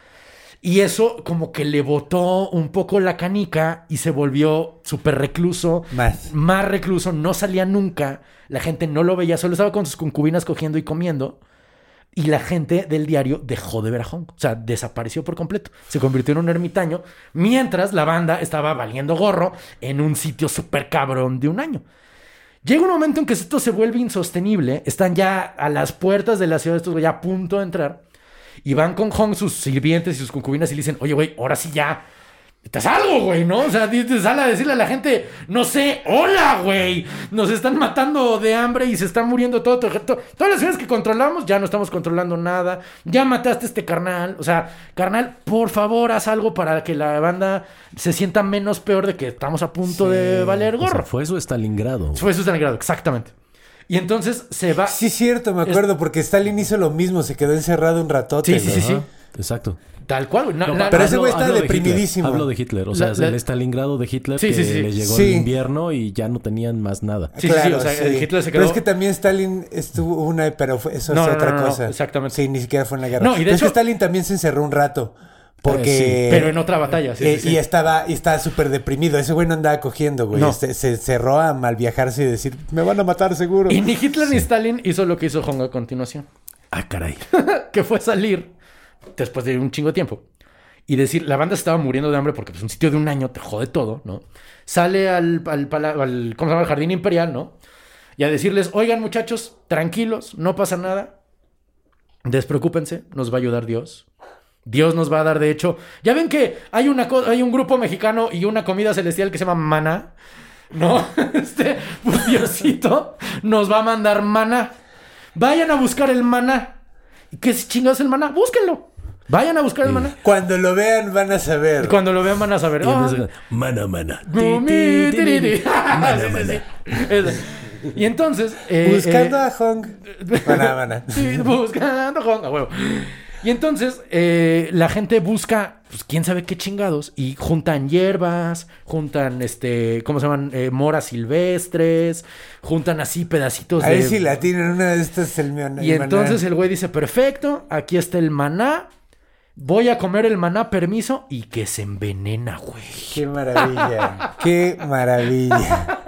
Y eso como que le botó un poco la canica y se volvió súper recluso. Más. Más recluso. No salía nunca. La gente no lo veía. Solo estaba con sus concubinas cogiendo y comiendo. Y la gente del diario dejó de ver a Hong. O sea, desapareció por completo. Se convirtió en un ermitaño. Mientras la banda estaba valiendo gorro en un sitio súper cabrón de un año. Llega un momento en que esto se vuelve insostenible. Están ya a las puertas de la ciudad, estos güey ya a punto de entrar. Y van con Hong, sus sirvientes y sus concubinas y le dicen, oye, güey, ahora sí ya... Te algo, güey, ¿no? O sea, te sale a decirle a la gente, no sé, hola, güey. Nos están matando de hambre y se están muriendo todo, todo, todo. Todas las ciudades que controlamos, ya no estamos controlando nada. Ya mataste a este carnal. O sea, carnal, por favor, haz algo para que la banda se sienta menos peor de que estamos a punto Sí. de valer O sea, gorro. fue eso Stalingrado. Fue eso Stalingrado, exactamente. Y entonces se va... Sí, cierto, me acuerdo, porque Stalin hizo lo mismo, se quedó encerrado un ratote. Sí, sí, güey. sí, sí. Exacto. Tal cual, güey. No, No, la- pero la- ese güey está hablo de deprimidísimo. Hitler, Hablo de Hitler. O sea, La- es la- el Stalingrado de Hitler Sí, que sí, sí. le llegó Sí. el invierno y ya no tenían más nada. Sí, sí, sí, o sea, Hitler se Pero quedó- es que también Stalin estuvo una, pero fue- eso No, es no, otra no, no, cosa. exactamente. Sí, ni siquiera fue en la guerra. No, y de pero hecho- es que Stalin también se encerró un rato. Porque... Eh, sí, pero en otra batalla, sí, eh, sí, sí. Y estaba y estaba súper deprimido. Ese güey no andaba cogiendo, güey. No. Se, se cerró a mal viajarse y decir, me van a matar seguro. Y ni Hitler ni Stalin hizo lo que hizo Hong a continuación. Ah, caray. Que fue salir después de un chingo de tiempo y decir, la banda se estaba muriendo de hambre porque pues un sitio de un año te jode todo, ¿no? Sale al, al, pala- al- ¿cómo se llama? Al Jardín Imperial, ¿no? Y a decirles, oigan muchachos, tranquilos, no pasa nada. Despreocúpense, nos va a ayudar Dios. Dios nos va a dar, de hecho, ya ven que hay, una co- hay un grupo mexicano y una comida celestial que se llama maná, ¿no? Este, pues Diosito nos va a mandar maná. Vayan a buscar el maná. ¿Qué chingados es el maná? Búsquenlo. Vayan a buscar el maná. Cuando lo vean van a saber. Y cuando lo vean van a saber. Y "Ah, empieza, mana, mana. Gumi, Ti, ti, ti, ti, ti. tiriri". Mana, Sí, sí, mana. sí. Ese. Y entonces... eh, Buscando eh, a Hong. Maná, maná. Sí, buscando Hong, a huevo. Y entonces eh, la gente busca, pues quién sabe qué chingados, y juntan hierbas, juntan, este, ¿cómo se llaman? Eh, moras silvestres, juntan así pedacitos A de... ver si la tienen una de estas el mío. Y entonces el güey dice, perfecto, aquí está el maná, voy a comer el maná, permiso, y que se envenena, güey. Qué maravilla. Qué maravilla.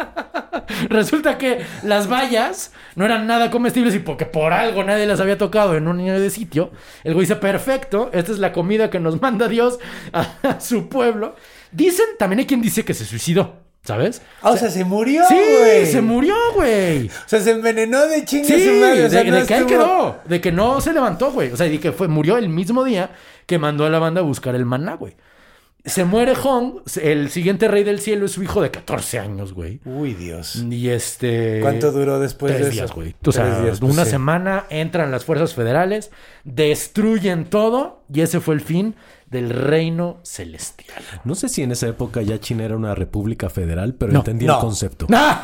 Resulta que las bayas no eran nada comestibles y porque por algo nadie las había tocado en un año de sitio, el güey dice, perfecto, esta es la comida que nos manda Dios a, a su pueblo. Dicen, también hay quien dice que se suicidó, ¿sabes? Ah, o sea, se murió, Sí, güey. se murió, güey. O sea, se envenenó de chingue Sí, su madre. O sea, de, no de que ahí estuvo- quedó, de que no se levantó, güey. O sea, de que fue, murió el mismo día que mandó a la banda a buscar el maná, güey. Se muere Hong, el siguiente rey del cielo es su hijo de catorce años, güey. Uy, Dios. Y este... ¿Cuánto duró después Tres de días, eso? güey. O sea, Tres días, pues, una sí. semana entran las fuerzas federales, destruyen todo y ese fue el fin del reino celestial. No sé si en esa época ya China era una república federal, pero No, entendía no. el concepto.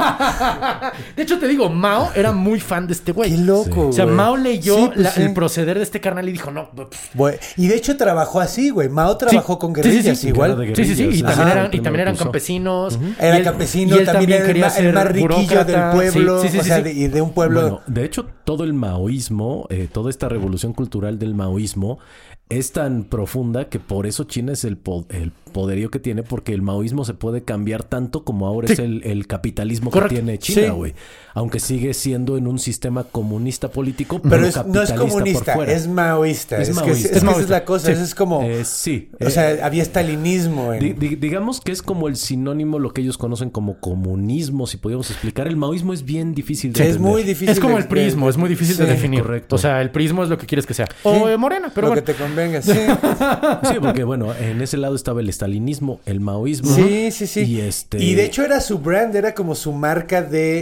De hecho, te digo, Mao era muy fan de este güey. Qué loco, O sea, güey. Mao leyó Sí, pues la- sí. el proceder de este carnal y dijo, no, pff, Güey, y de hecho trabajó así, güey. Mao trabajó Sí. con Sí, sí, guerrillas sí. igual. Guerra de sí, sí, sí. Y guerrillas, también ajá, eran, y el también eran primero que usó. campesinos. Era Y él- campesino, y él también, era el, quería ma- el ser más riquillo burócrata. del pueblo. Sí, sí, sí, o sea, sí. de- y de un pueblo. Bueno, de hecho, todo el maoísmo, eh, toda esta revolución cultural del maoísmo es tan profunda que por eso China es el, po- el poderío que tiene, porque el maoísmo se puede cambiar tanto como ahora Sí. es el, el capitalismo Correcto. que tiene Sí. China, güey. Aunque sigue siendo en un sistema comunista político, pero, Pero es- no es capitalista por comunista, fuera. es maoísta. Es Es, que, maoísta. es, Es que esa maoísta. es la cosa. Sí. Eso es como. Eh, sí. o Eh, sea, había stalinismo en. Di- di- digamos que es como el sinónimo, lo que ellos conocen como comunismo, si podíamos explicar. El maoísmo es bien difícil de es entender. muy difícil. Es como de- el prismo, de- es muy difícil de sí, definir. correcto. O sea, el prismo es lo que quieres que sea. O Sí. eh, morena, pero Lo bueno. que te convenga, sí. Sí, porque bueno, en ese lado estaba el estalinismo, el maoísmo. Sí, sí, sí. Y este... Y de hecho era su brand, era como su marca de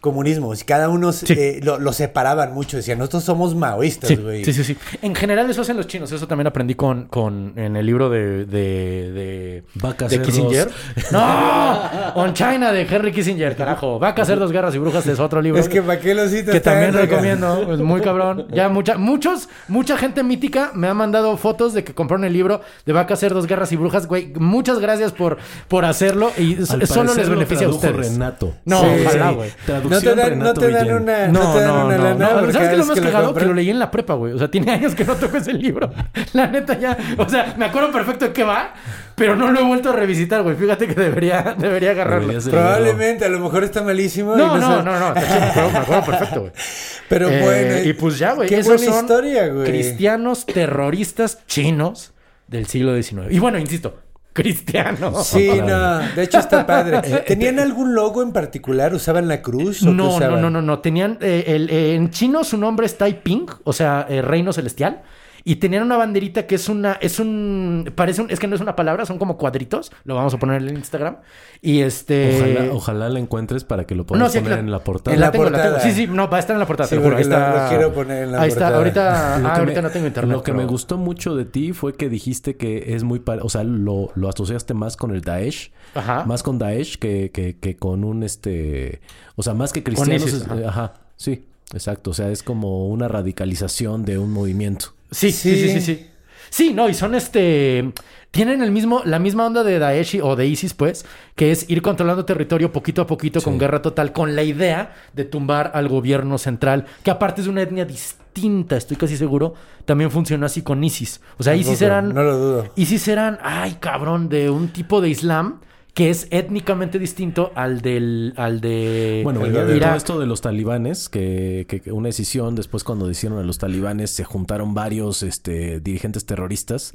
comunismo. Y cada uno Sí. eh, lo, lo separaban mucho. Decían, nosotros somos maoístas, Sí, güey. sí, sí, sí. En general eso hacen los chinos. Eso también aprendí con, con en el libro de de, de, Vaca, de cerdos. Kissinger. ¡No! On China de Henry Kissinger, carajo. Vaca, cerdos, guerras y brujas es otro libro. Es que ¿para qué lo citas Que también tanto, recomiendo. Es muy cabrón. Ya mucha, muchos, mucha gente mítica me ha mandado fotos de que compraron el libro de Vaca, cerdos, guerras y brujas. Güey, muchas gracias por, por hacerlo. Y Al solo parecer les lo beneficia a tradujo ustedes. Renato. No, Sí, ojalá, sí. güey. No Traducción te dan, Renato no te dan Guillén. una, No, no te dan no, una no, lana no. por ¿Sabes cada qué es lo vez más que lo cagado? Que compran? lo leí en la prepa, güey. O sea, tiene años que no toco ese libro. La neta ya... O sea, me acuerdo perfecto de qué va, pero no lo he vuelto a revisitar, güey. Fíjate que debería, debería agarrarlo. Deberías de Probablemente, a lo mejor está malísimo. No, y no, sabes. no, no. Está chido, me acuerdo, me acuerdo perfecto, güey. Pero Eh, bueno. y pues ya, güey. Qué Esos buena son historia, güey. cristianos terroristas chinos del siglo diecinueve. Y bueno, insisto, cristianos. Sí, no. De hecho, está padre. ¿Tenían algún logo en particular? ¿Usaban la cruz? ¿o qué No, no, usaban? no, no, no. Tenían... eh, el, eh, en chino su nombre es Tai Ping, o sea, eh, reino celestial. Y tenían una banderita que es una... Es un... Parece un... Es que no es una palabra, son como cuadritos. Lo vamos a poner en el Instagram. Y este... Ojalá, ojalá la encuentres para que lo puedas No, sí, poner claro. en la portada. En la la tengo, la portada. tengo. Sí, sí, no, va a estar en la portada, Sí, te lo juro. Ahí porque lo- está. lo quiero poner en la Ahí portada. está, ahorita. Lo Ah, que ahorita me- no tengo internet. Lo que pero- me gustó mucho de ti fue que dijiste que es muy... pare- O sea, lo, lo asociaste más con el Daesh. Ajá. Más con Daesh que, que, que con un este... O sea, más que cristianos... ISIS, es- ajá. ajá. Sí, exacto. O sea, es como una radicalización de un movimiento. Sí, sí, sí, sí, sí. Sí, no, y son este... Tienen el mismo, la misma onda de Daesh o de ISIS, pues, que es ir controlando territorio poquito a poquito con guerra total, con la idea de tumbar al gobierno central, que aparte es de una etnia distinta, estoy casi seguro, también funcionó así con ISIS. O sea, ISIS Tampoco, eran... no lo dudo. ISIS eran, ay, cabrón, de un tipo de Islam que es étnicamente distinto al del... Al de Bueno, El venía de gobierno. todo esto de los talibanes, que, que- que una decisión después cuando hicieron a los talibanes se juntaron varios este, dirigentes terroristas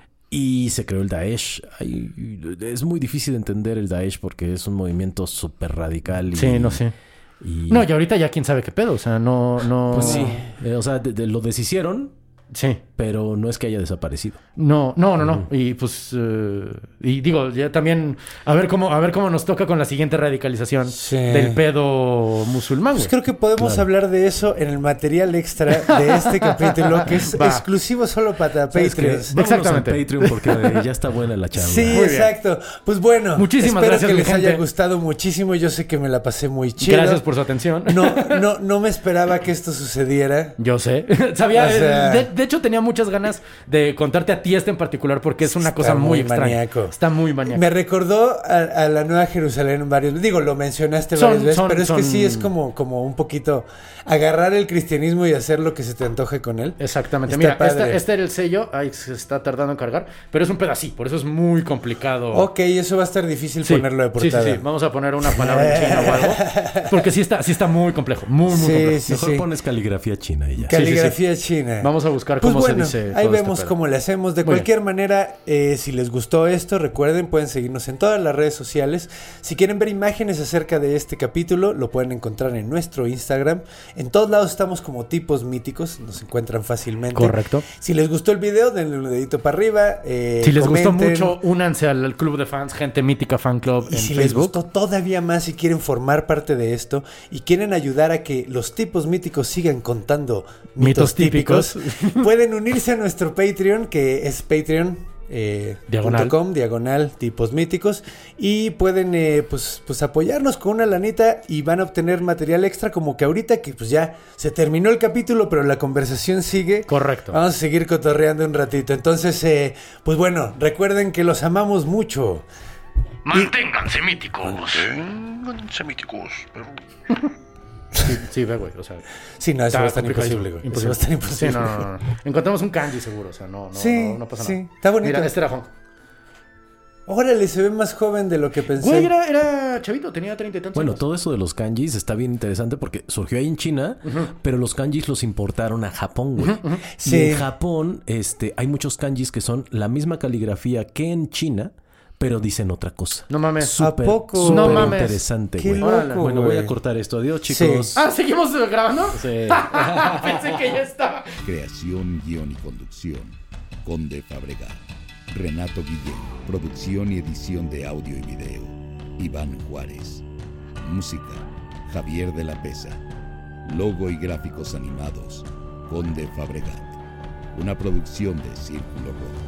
y se creó el Daesh. Ay, es muy difícil entender el Daesh porque es un movimiento súper radical. Y, Sí, no sé. y- No, y ahorita ya quién sabe qué pedo, o sea, no... no... Pues sí, eh, o sea, de- de- lo deshicieron, Sí. pero no es que haya desaparecido. No, no, no, no. Y pues, eh, y digo, ya también, a ver cómo, a ver cómo nos toca con la siguiente radicalización Sí. del pedo musulmán, Pues güey. creo que podemos Claro. hablar de eso en el material extra de este capítulo, que es Va. exclusivo solo para ¿Sabes qué? Patreons. Vámonos Exactamente. al Patreon porque eh, ya está buena la charla. Sí, Muy bien. exacto. Pues bueno, Muchísimas espero gracias, que mi les haya gente. gustado muchísimo. Yo sé que me la pasé muy chido. Gracias por su atención. No, no, no me esperaba que esto sucediera. Yo sé. Sabía, O sea- de, de hecho tenía muchas ganas de contarte a ti este en particular porque es una Está cosa muy, muy extraña. maníaco. Está muy maníaco. Me recordó a, a la Nueva Jerusalén varios... Digo, lo mencionaste Son- varias veces, son- pero es que son- sí es como, como un poquito agarrar el cristianismo y hacer lo que se te antoje con él. Exactamente. Está Mira, padre. esta- este era el sello. Ay, se está tardando en cargar. Pero es un pedacito, por eso es muy complicado. Ok, eso va a estar difícil Sí, ponerlo de sí, sí, portada. sí. Vamos a poner una palabra en chino o algo. Porque sí está, sí está muy complejo. Muy, muy Sí, complejo. sí, Mejor sí. pones caligrafía china y ya. Caligrafía china. Vamos a buscar Pues cómo bueno, se dice. ahí todo este vemos pedo. cómo le hacemos. De Muy cualquier manera, eh, si les gustó esto, recuerden, pueden seguirnos en todas las redes sociales. Si quieren ver imágenes acerca de este capítulo, lo pueden encontrar en nuestro Instagram. En todos lados estamos como tipos míticos, nos encuentran fácilmente. Correcto. Si les gustó el video, denle un dedito para arriba. eh, Si les gustó comenten. mucho, únanse al, al club de fans, Gente Mítica Fan Club Y en si les Facebook. gustó todavía más y quieren formar parte de esto y quieren ayudar a que los tipos míticos sigan contando mitos, Mitos típicos, típicos. pueden unirse a nuestro Patreon, que es Patreon. Eh, Diagonal. punto com, diagonal tipos míticos, y pueden eh, pues, pues apoyarnos con una lanita y van a obtener material extra, como que ahorita que pues ya se terminó el capítulo pero la conversación sigue. Correcto. Vamos a seguir cotorreando un ratito. Entonces eh, pues bueno, recuerden que los amamos mucho. Manténganse míticos. Manténganse míticos. Pero... Sí, sí, ve, güey. O sea, Sí, no, eso está va a estar complicadísimo. imposible, güey. Eso Imposible. va a estar imposible. Sí, no, no, no, no. Encontramos un kanji seguro, o sea, no, no, Sí, no, no pasa sí. nada. Está bonito. Mira, este era Hong. Órale, se ve más joven de lo que pensé. Güey, era, era chavito, tenía treinta y tantos Bueno, años. todo eso de los kanjis está bien interesante porque surgió ahí en China, pero los kanjis los importaron a Japón, güey. Sí. Y en Japón este, hay muchos kanjis que son la misma caligrafía que en China, pero dicen otra cosa. No mames. Súper, ¿A poco? súper No mames. interesante, Qué güey. loco, Bueno, voy güey. a cortar esto. Adiós, chicos. Sí. Ah, ¿seguimos grabando? Sí. Pensé que ya estaba. Creación, guión y conducción. Conde Fabregat. Renato Guillén. Producción y edición de audio y video. Iván Juárez. Música. Javier de la Pesa. Logo y gráficos animados, Conde Fabregat. Una producción de Círculo Rojo.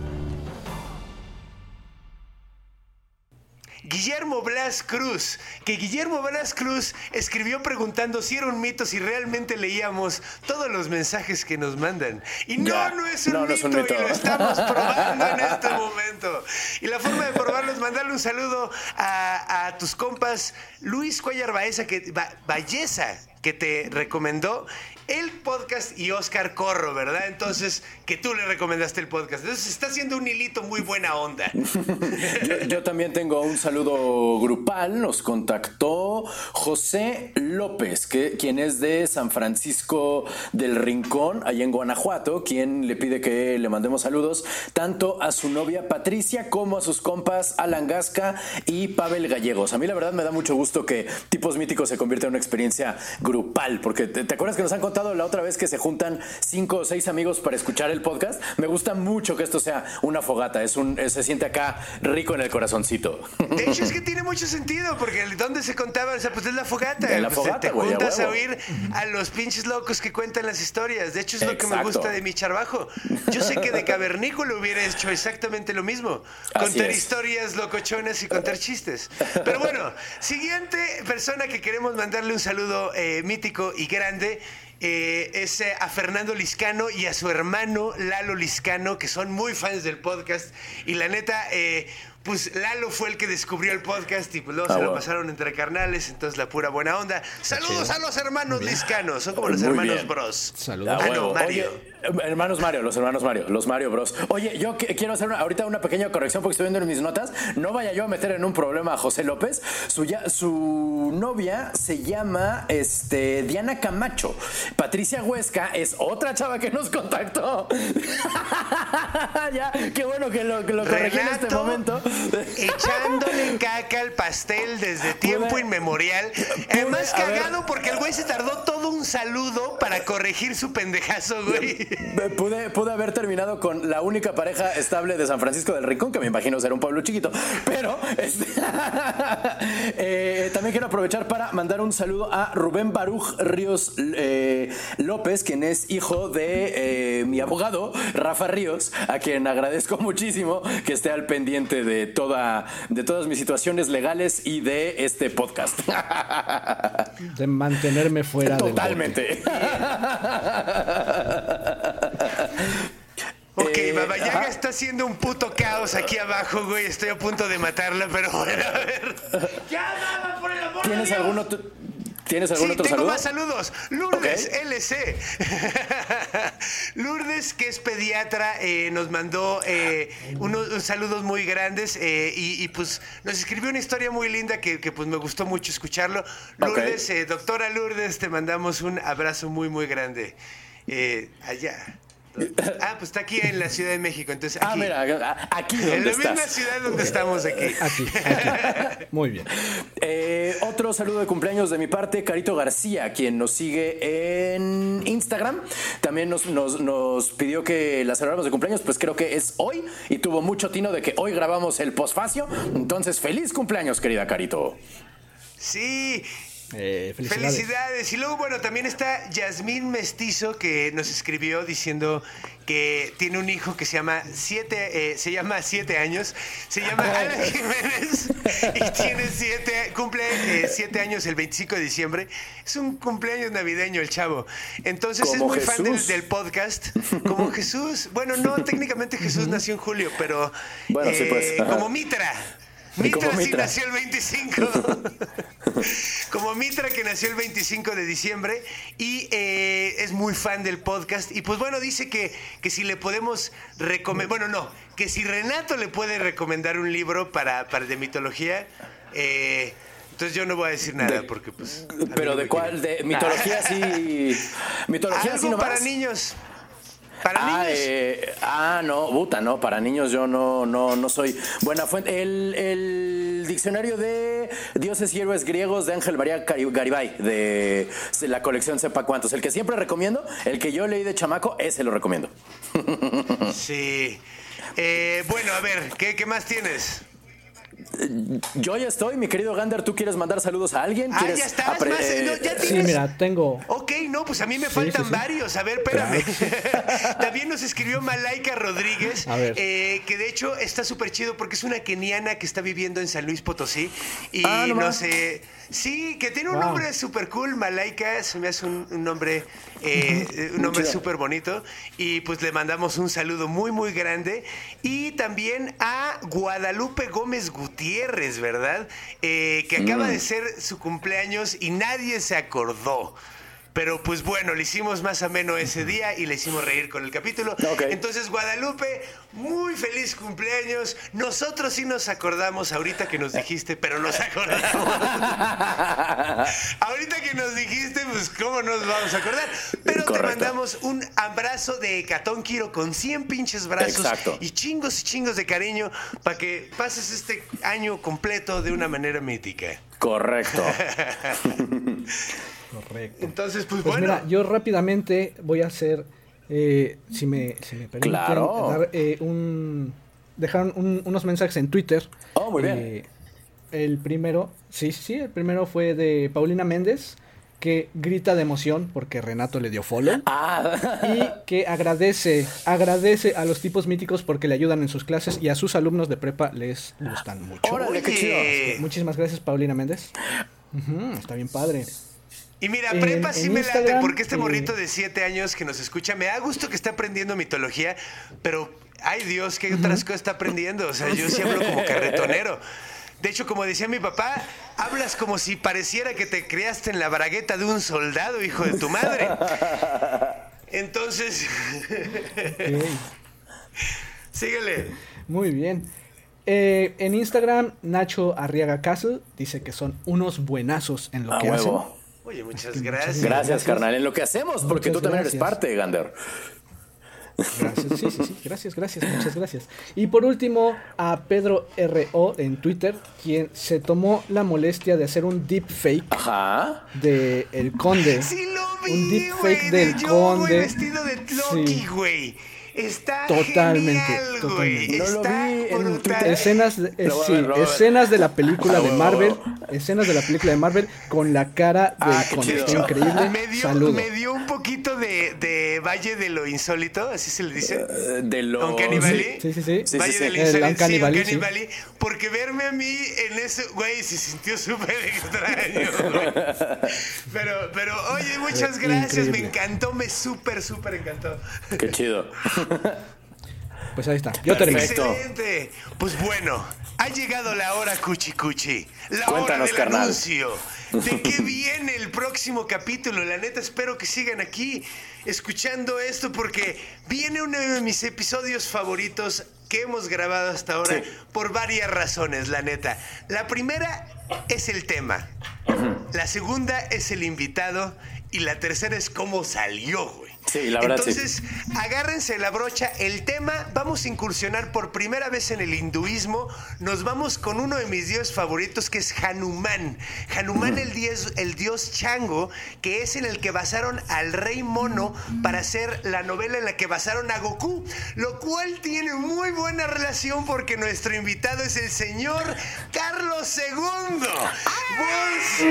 Guillermo Blas Cruz, que Guillermo Blas Cruz escribió preguntando si era un mito, si realmente leíamos todos los mensajes que nos mandan. Y no, Ya, no es un, no, no mito, es un mito. y lo estamos probando en este momento. Y la forma de probarlo es mandarle un saludo a, a tus compas Luis Cuellar Baeza, que, Ba- Balleza, que te recomendó el podcast, y Oscar Corro, ¿verdad? Entonces, que tú le recomendaste el podcast. Entonces, está haciendo un hilito muy buena onda. Yo, yo también tengo un saludo grupal. Nos contactó José López, que, quien es de San Francisco del Rincón, allá en Guanajuato, quien le pide que le mandemos saludos tanto a su novia Patricia como a sus compas Alan Gasca y Pavel Gallegos. A mí la verdad me da mucho gusto que Tipos Míticos se convierta en una experiencia grupal, porque te, ¿te acuerdas que nos han contado la otra vez que se juntan cinco o seis amigos para escuchar el podcast? Me gusta mucho que esto sea una fogata, es un, se siente acá rico en el corazoncito. De hecho, es que tiene mucho sentido, porque ¿dónde se contaba? O sea, pues es la fogata. En la Pues fogata, te güey, a juntas a, huevo. oír a los pinches locos que cuentan las historias. De hecho, es lo que me Exacto. gusta de mi charbajo. Yo sé que de Cavernícola hubiera hecho exactamente lo mismo. Así Contar es. historias locochonas y contar chistes. Pero bueno, siguiente persona que queremos mandarle un saludo eh, mítico y grande. Eh, es eh, a Fernando Liscano y a su hermano Lalo Liscano, que son muy fans del podcast. Y la neta, eh, pues Lalo fue el que descubrió el podcast y pues luego Ah, se lo bueno. pasaron entre carnales. Entonces, la pura buena onda. Saludos a los hermanos Liscano. Son como los Muy hermanos bien. Bros. Saludos. Ah, Ah, huevo. no, Mario. Oye, hermanos Mario, los hermanos Mario, los Mario Bros. Oye, yo que- quiero hacer una- ahorita una pequeña corrección porque estoy viendo en mis notas. No vaya yo a meter en un problema a José López. Su, ya- su novia se llama este, Diana Camacho. Patricia Huesca es otra chava que nos contactó. Ya, qué bueno que lo, que lo corregí en este Renato, momento. echándole caca al pastel desde tiempo Pude- inmemorial. Además, a ver. cagado porque el güey se tardó todo un saludo para corregir su pendejazo, güey. Pude, pude haber terminado con la única pareja estable de San Francisco del Rincón, que me imagino ser un pueblo chiquito. Pero este, eh, también quiero aprovechar para mandar un saludo a Rubén Baruch Ríos eh, López, quien es hijo de eh, mi abogado, Rafa Ríos, a quien agradezco muchísimo que esté al pendiente de, toda, de todas mis situaciones legales y de este podcast. De mantenerme fuera del bote. Totalmente. Ok, Eh, Baba Yaga ajá. está haciendo un puto caos aquí abajo, güey. Estoy a punto de matarla, pero bueno, a ver. ¡Ya, Baba, por el amor de ¿Tienes Dios! algún otro, ¿tienes algún Sí, otro tengo saludo? más saludos. Lourdes, Ok. L C. Lourdes, que es pediatra, eh, nos mandó eh, unos, unos saludos muy grandes eh, y, y, pues nos escribió una historia muy linda que, que, pues me gustó mucho escucharlo. Lourdes, eh, doctora Lourdes, te mandamos un abrazo muy, muy grande. Eh, allá. Ah, pues está aquí en la Ciudad de México, entonces aquí. Ah, mira, a- aquí en donde la misma estás. ciudad donde estamos aquí. Aquí, aquí. Muy bien. Eh, otro saludo de cumpleaños de mi parte, Carito García, quien nos sigue en Instagram. También nos, nos, nos pidió que la celebráramos de cumpleaños, pues creo que es hoy. Y tuvo mucho tino de que hoy grabamos el posfacio. Entonces, feliz cumpleaños, querida Carito. Sí. Eh, felicidades. Felicidades. Y luego, bueno, también está Yasmín Mestizo, que nos escribió diciendo que tiene un hijo que se llama siete, eh, se llama siete años, se llama Alan Jiménez y tiene siete, cumple eh, siete años el veinticinco de diciembre. Es un cumpleaños navideño el chavo. Entonces es Como muy fan del, Jesús. del podcast. Como Jesús. Bueno, no, técnicamente Jesús nació en julio, pero Bueno, sí, pues, eh, ajá. como Mitra. Y como Mitra sí Mitra. nació el veinticinco. Como Mitra, que nació el veinticinco de diciembre y eh, es muy fan del podcast. Y pues bueno, dice que, que si le podemos recomendar, bueno, no, que si Renato le puede recomendar un libro para, para de mitología, eh, entonces yo no voy a decir nada De- porque pues... a mí Pero no de me cuál, quiere. de mitología sí. Mitología sí Algo nomás. para niños. Para Ah, niños. eh, ah, no, puta, no, para niños yo no, no, no soy buena fuente. El, el diccionario de dioses y héroes griegos de Ángel María Cari- Garibay, de la colección Sepa Cuántos. El que siempre recomiendo, el que yo leí de chamaco, ese lo recomiendo. Sí. Eh, bueno, a ver, ¿qué, qué más tienes? Yo ya estoy, mi querido Gander. ¿Tú quieres mandar saludos a alguien? Ah, ya estás. apre- Más, no, ya Sí, tienes. mira, tengo... Ok, no, pues a mí me Sí, faltan sí, sí. varios. A ver, espérame. También nos escribió Malaika Rodríguez, A ver. eh, que de hecho está súper chido porque es una keniana que está viviendo en San Luis Potosí. Y Ah, no no más. sé. Sí, que tiene un Wow. nombre súper cool. Malaika se me hace un, un nombre, eh, un nombre chido. súper bonito. Y pues le mandamos un saludo muy, muy grande. Y también a Guadalupe Gómez Gutiérrez, ¿verdad? Eh, que acaba Mm. de ser su cumpleaños y nadie se acordó. Pero pues bueno, le hicimos más ameno ese día y le hicimos reír con el capítulo. Ok. Entonces, Guadalupe, muy feliz cumpleaños. Nosotros sí nos acordamos ahorita que nos dijiste, pero nos acordamos. Ahorita que nos dijiste, pues cómo nos vamos a acordar. Pero Correcto. te mandamos un abrazo de Catón Quiro con cien pinches brazos. Exacto. Y chingos y chingos de cariño para que pases este año completo de una manera mítica. Correcto. Correcto. Entonces, pues, Pues bueno. mira, yo rápidamente voy a hacer, eh, si, me, si me permiten, Claro. dar eh, un... Dejaron un- unos mensajes en Twitter. Oh, muy bien. Eh, el primero, sí, sí, el primero fue de Paulina Méndez, que grita de emoción porque Renato le dio follow. Ah, Y que agradece, agradece a los tipos míticos porque le ayudan en sus clases y a sus alumnos de prepa les gustan mucho. órale, qué chido. Oye. Muchísimas gracias, Paulina Méndez. Ujú, está bien padre. Y mira, En- prepa sí en me late, Instagram, porque este eh, morrito de siete años que nos escucha, me da gusto que está aprendiendo mitología, pero, ay Dios, ¿qué otras cosas está aprendiendo? O sea, yo sí hablo como carretonero. De hecho, como decía mi papá, hablas como si pareciera que te criaste en la bragueta de un soldado, hijo de tu madre. Entonces, Ok. síguele. Muy bien. Eh, en Instagram, Nacho Arriaga Castle dice que son unos buenazos en lo A que hacen. huevo. Oye, muchas Muchas gracias. Gracias, Gracias. carnal. En lo que hacemos, porque Muchas tú también eres gracias. parte, Gander. Gracias, sí, sí, sí. Gracias, gracias, muchas gracias. Y por último, a Pedro R O en Twitter, quien se tomó la molestia de hacer un deepfake Ajá. de El Conde. Sí lo vi, Un güey, deepfake de del yo, Conde. güey, vestido de Loki, Sí. güey. Está Totalmente, genial, güey. totalmente. No lo Está vi en brutal. Twitter. Escenas de, eh, Lo voy a sí, ver, lo voy a ver. escenas de la película Ah, de huevo, Marvel, huevo. escenas de la película de Marvel con la cara del Ah, qué Conde. chido. Está increíble. Me dio, Saludo. me dio un poquito de, de Valle de lo Insólito, así se le dice. Eh, De lo... Uncanny Valley. Sí, sí, sí. Sí, Valle sí, sí. del El Insólito, Uncanny sí, Valley, Uncanny sí. Valley, porque verme a mí en eso, güey, se sintió súper extraño, güey. Pero, pero, oye, muchas gracias, me Increíble. encantó, me súper, súper encantó. Qué chido. Pues ahí está. Yo termino. Perfecto. Excelente. Pues bueno, ha llegado la hora cuchi cuchi. La Cuéntanos, hora del carnal. anuncio. ¿De qué viene el próximo capítulo? La neta, espero que sigan aquí escuchando esto porque viene uno de mis episodios favoritos que hemos grabado hasta ahora Sí. por varias razones, la neta. La primera es el tema. La segunda es el invitado. Y la tercera es cómo salió, güey. Sí, la verdad, sí. Entonces, agárrense la brocha. El tema, vamos a incursionar por primera vez en el hinduismo. Nos vamos con uno de mis dioses favoritos, que es Hanuman. Hanuman, el, dios, el dios chango, que es en el que basaron al rey mono para hacer la novela en la que basaron a Goku. Lo cual tiene muy buena relación porque nuestro invitado es el señor Carlos segundo. Voz,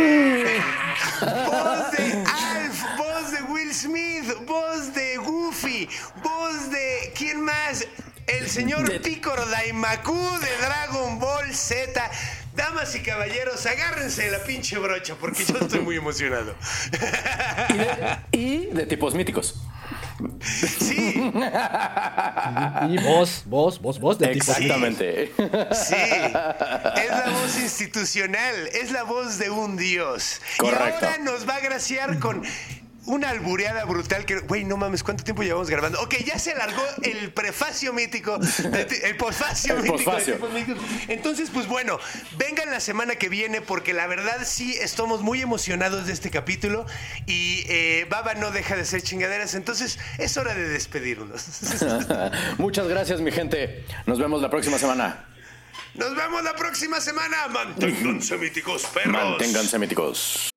voz de Alf, voz de Will Smith, voz de Goofy, voz de... ¿Quién más? El señor De- Picoro Daimaku de Dragon Ball Z. Damas y caballeros, agárrense de la pinche brocha porque yo estoy muy emocionado. Y de, y de tipos míticos. Sí, Y vos, vos, vos, vos de tipo. Exactamente. sí. Es la voz institucional, es la voz de un dios. Correcto. Y ahora nos va a agraciar con una albureada brutal que, güey, no mames, ¿cuánto tiempo llevamos grabando? Ok, ya se alargó el prefacio mítico, de ti- el posfacio El mítico. de posfacio. tipos míticos. Entonces, pues bueno, vengan la semana que viene porque la verdad sí estamos muy emocionados de este capítulo y eh, Baba no deja de ser chingaderas, entonces es hora de despedirnos. Muchas gracias, mi gente. Nos vemos la próxima semana. Nos vemos la próxima semana. Manténganse míticos, perros. Manténganse míticos.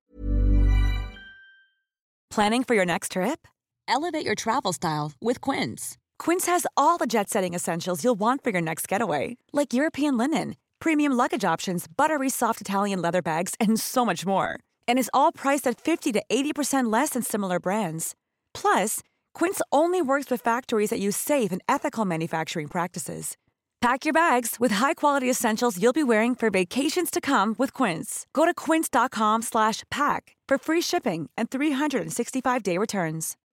Planning for your next trip? Elevate your travel style with Quince. Quince has all the jet-setting essentials you'll want for your next getaway, like European linen, premium luggage options, buttery soft Italian leather bags, and so much more. And is all priced at fifty to eighty percent less than similar brands. Plus, Quince only works with factories that use safe and ethical manufacturing practices. Pack your bags with high-quality essentials you'll be wearing for vacations to come with Quince. Go to quince.com slash pack for free shipping and three sixty-five day returns.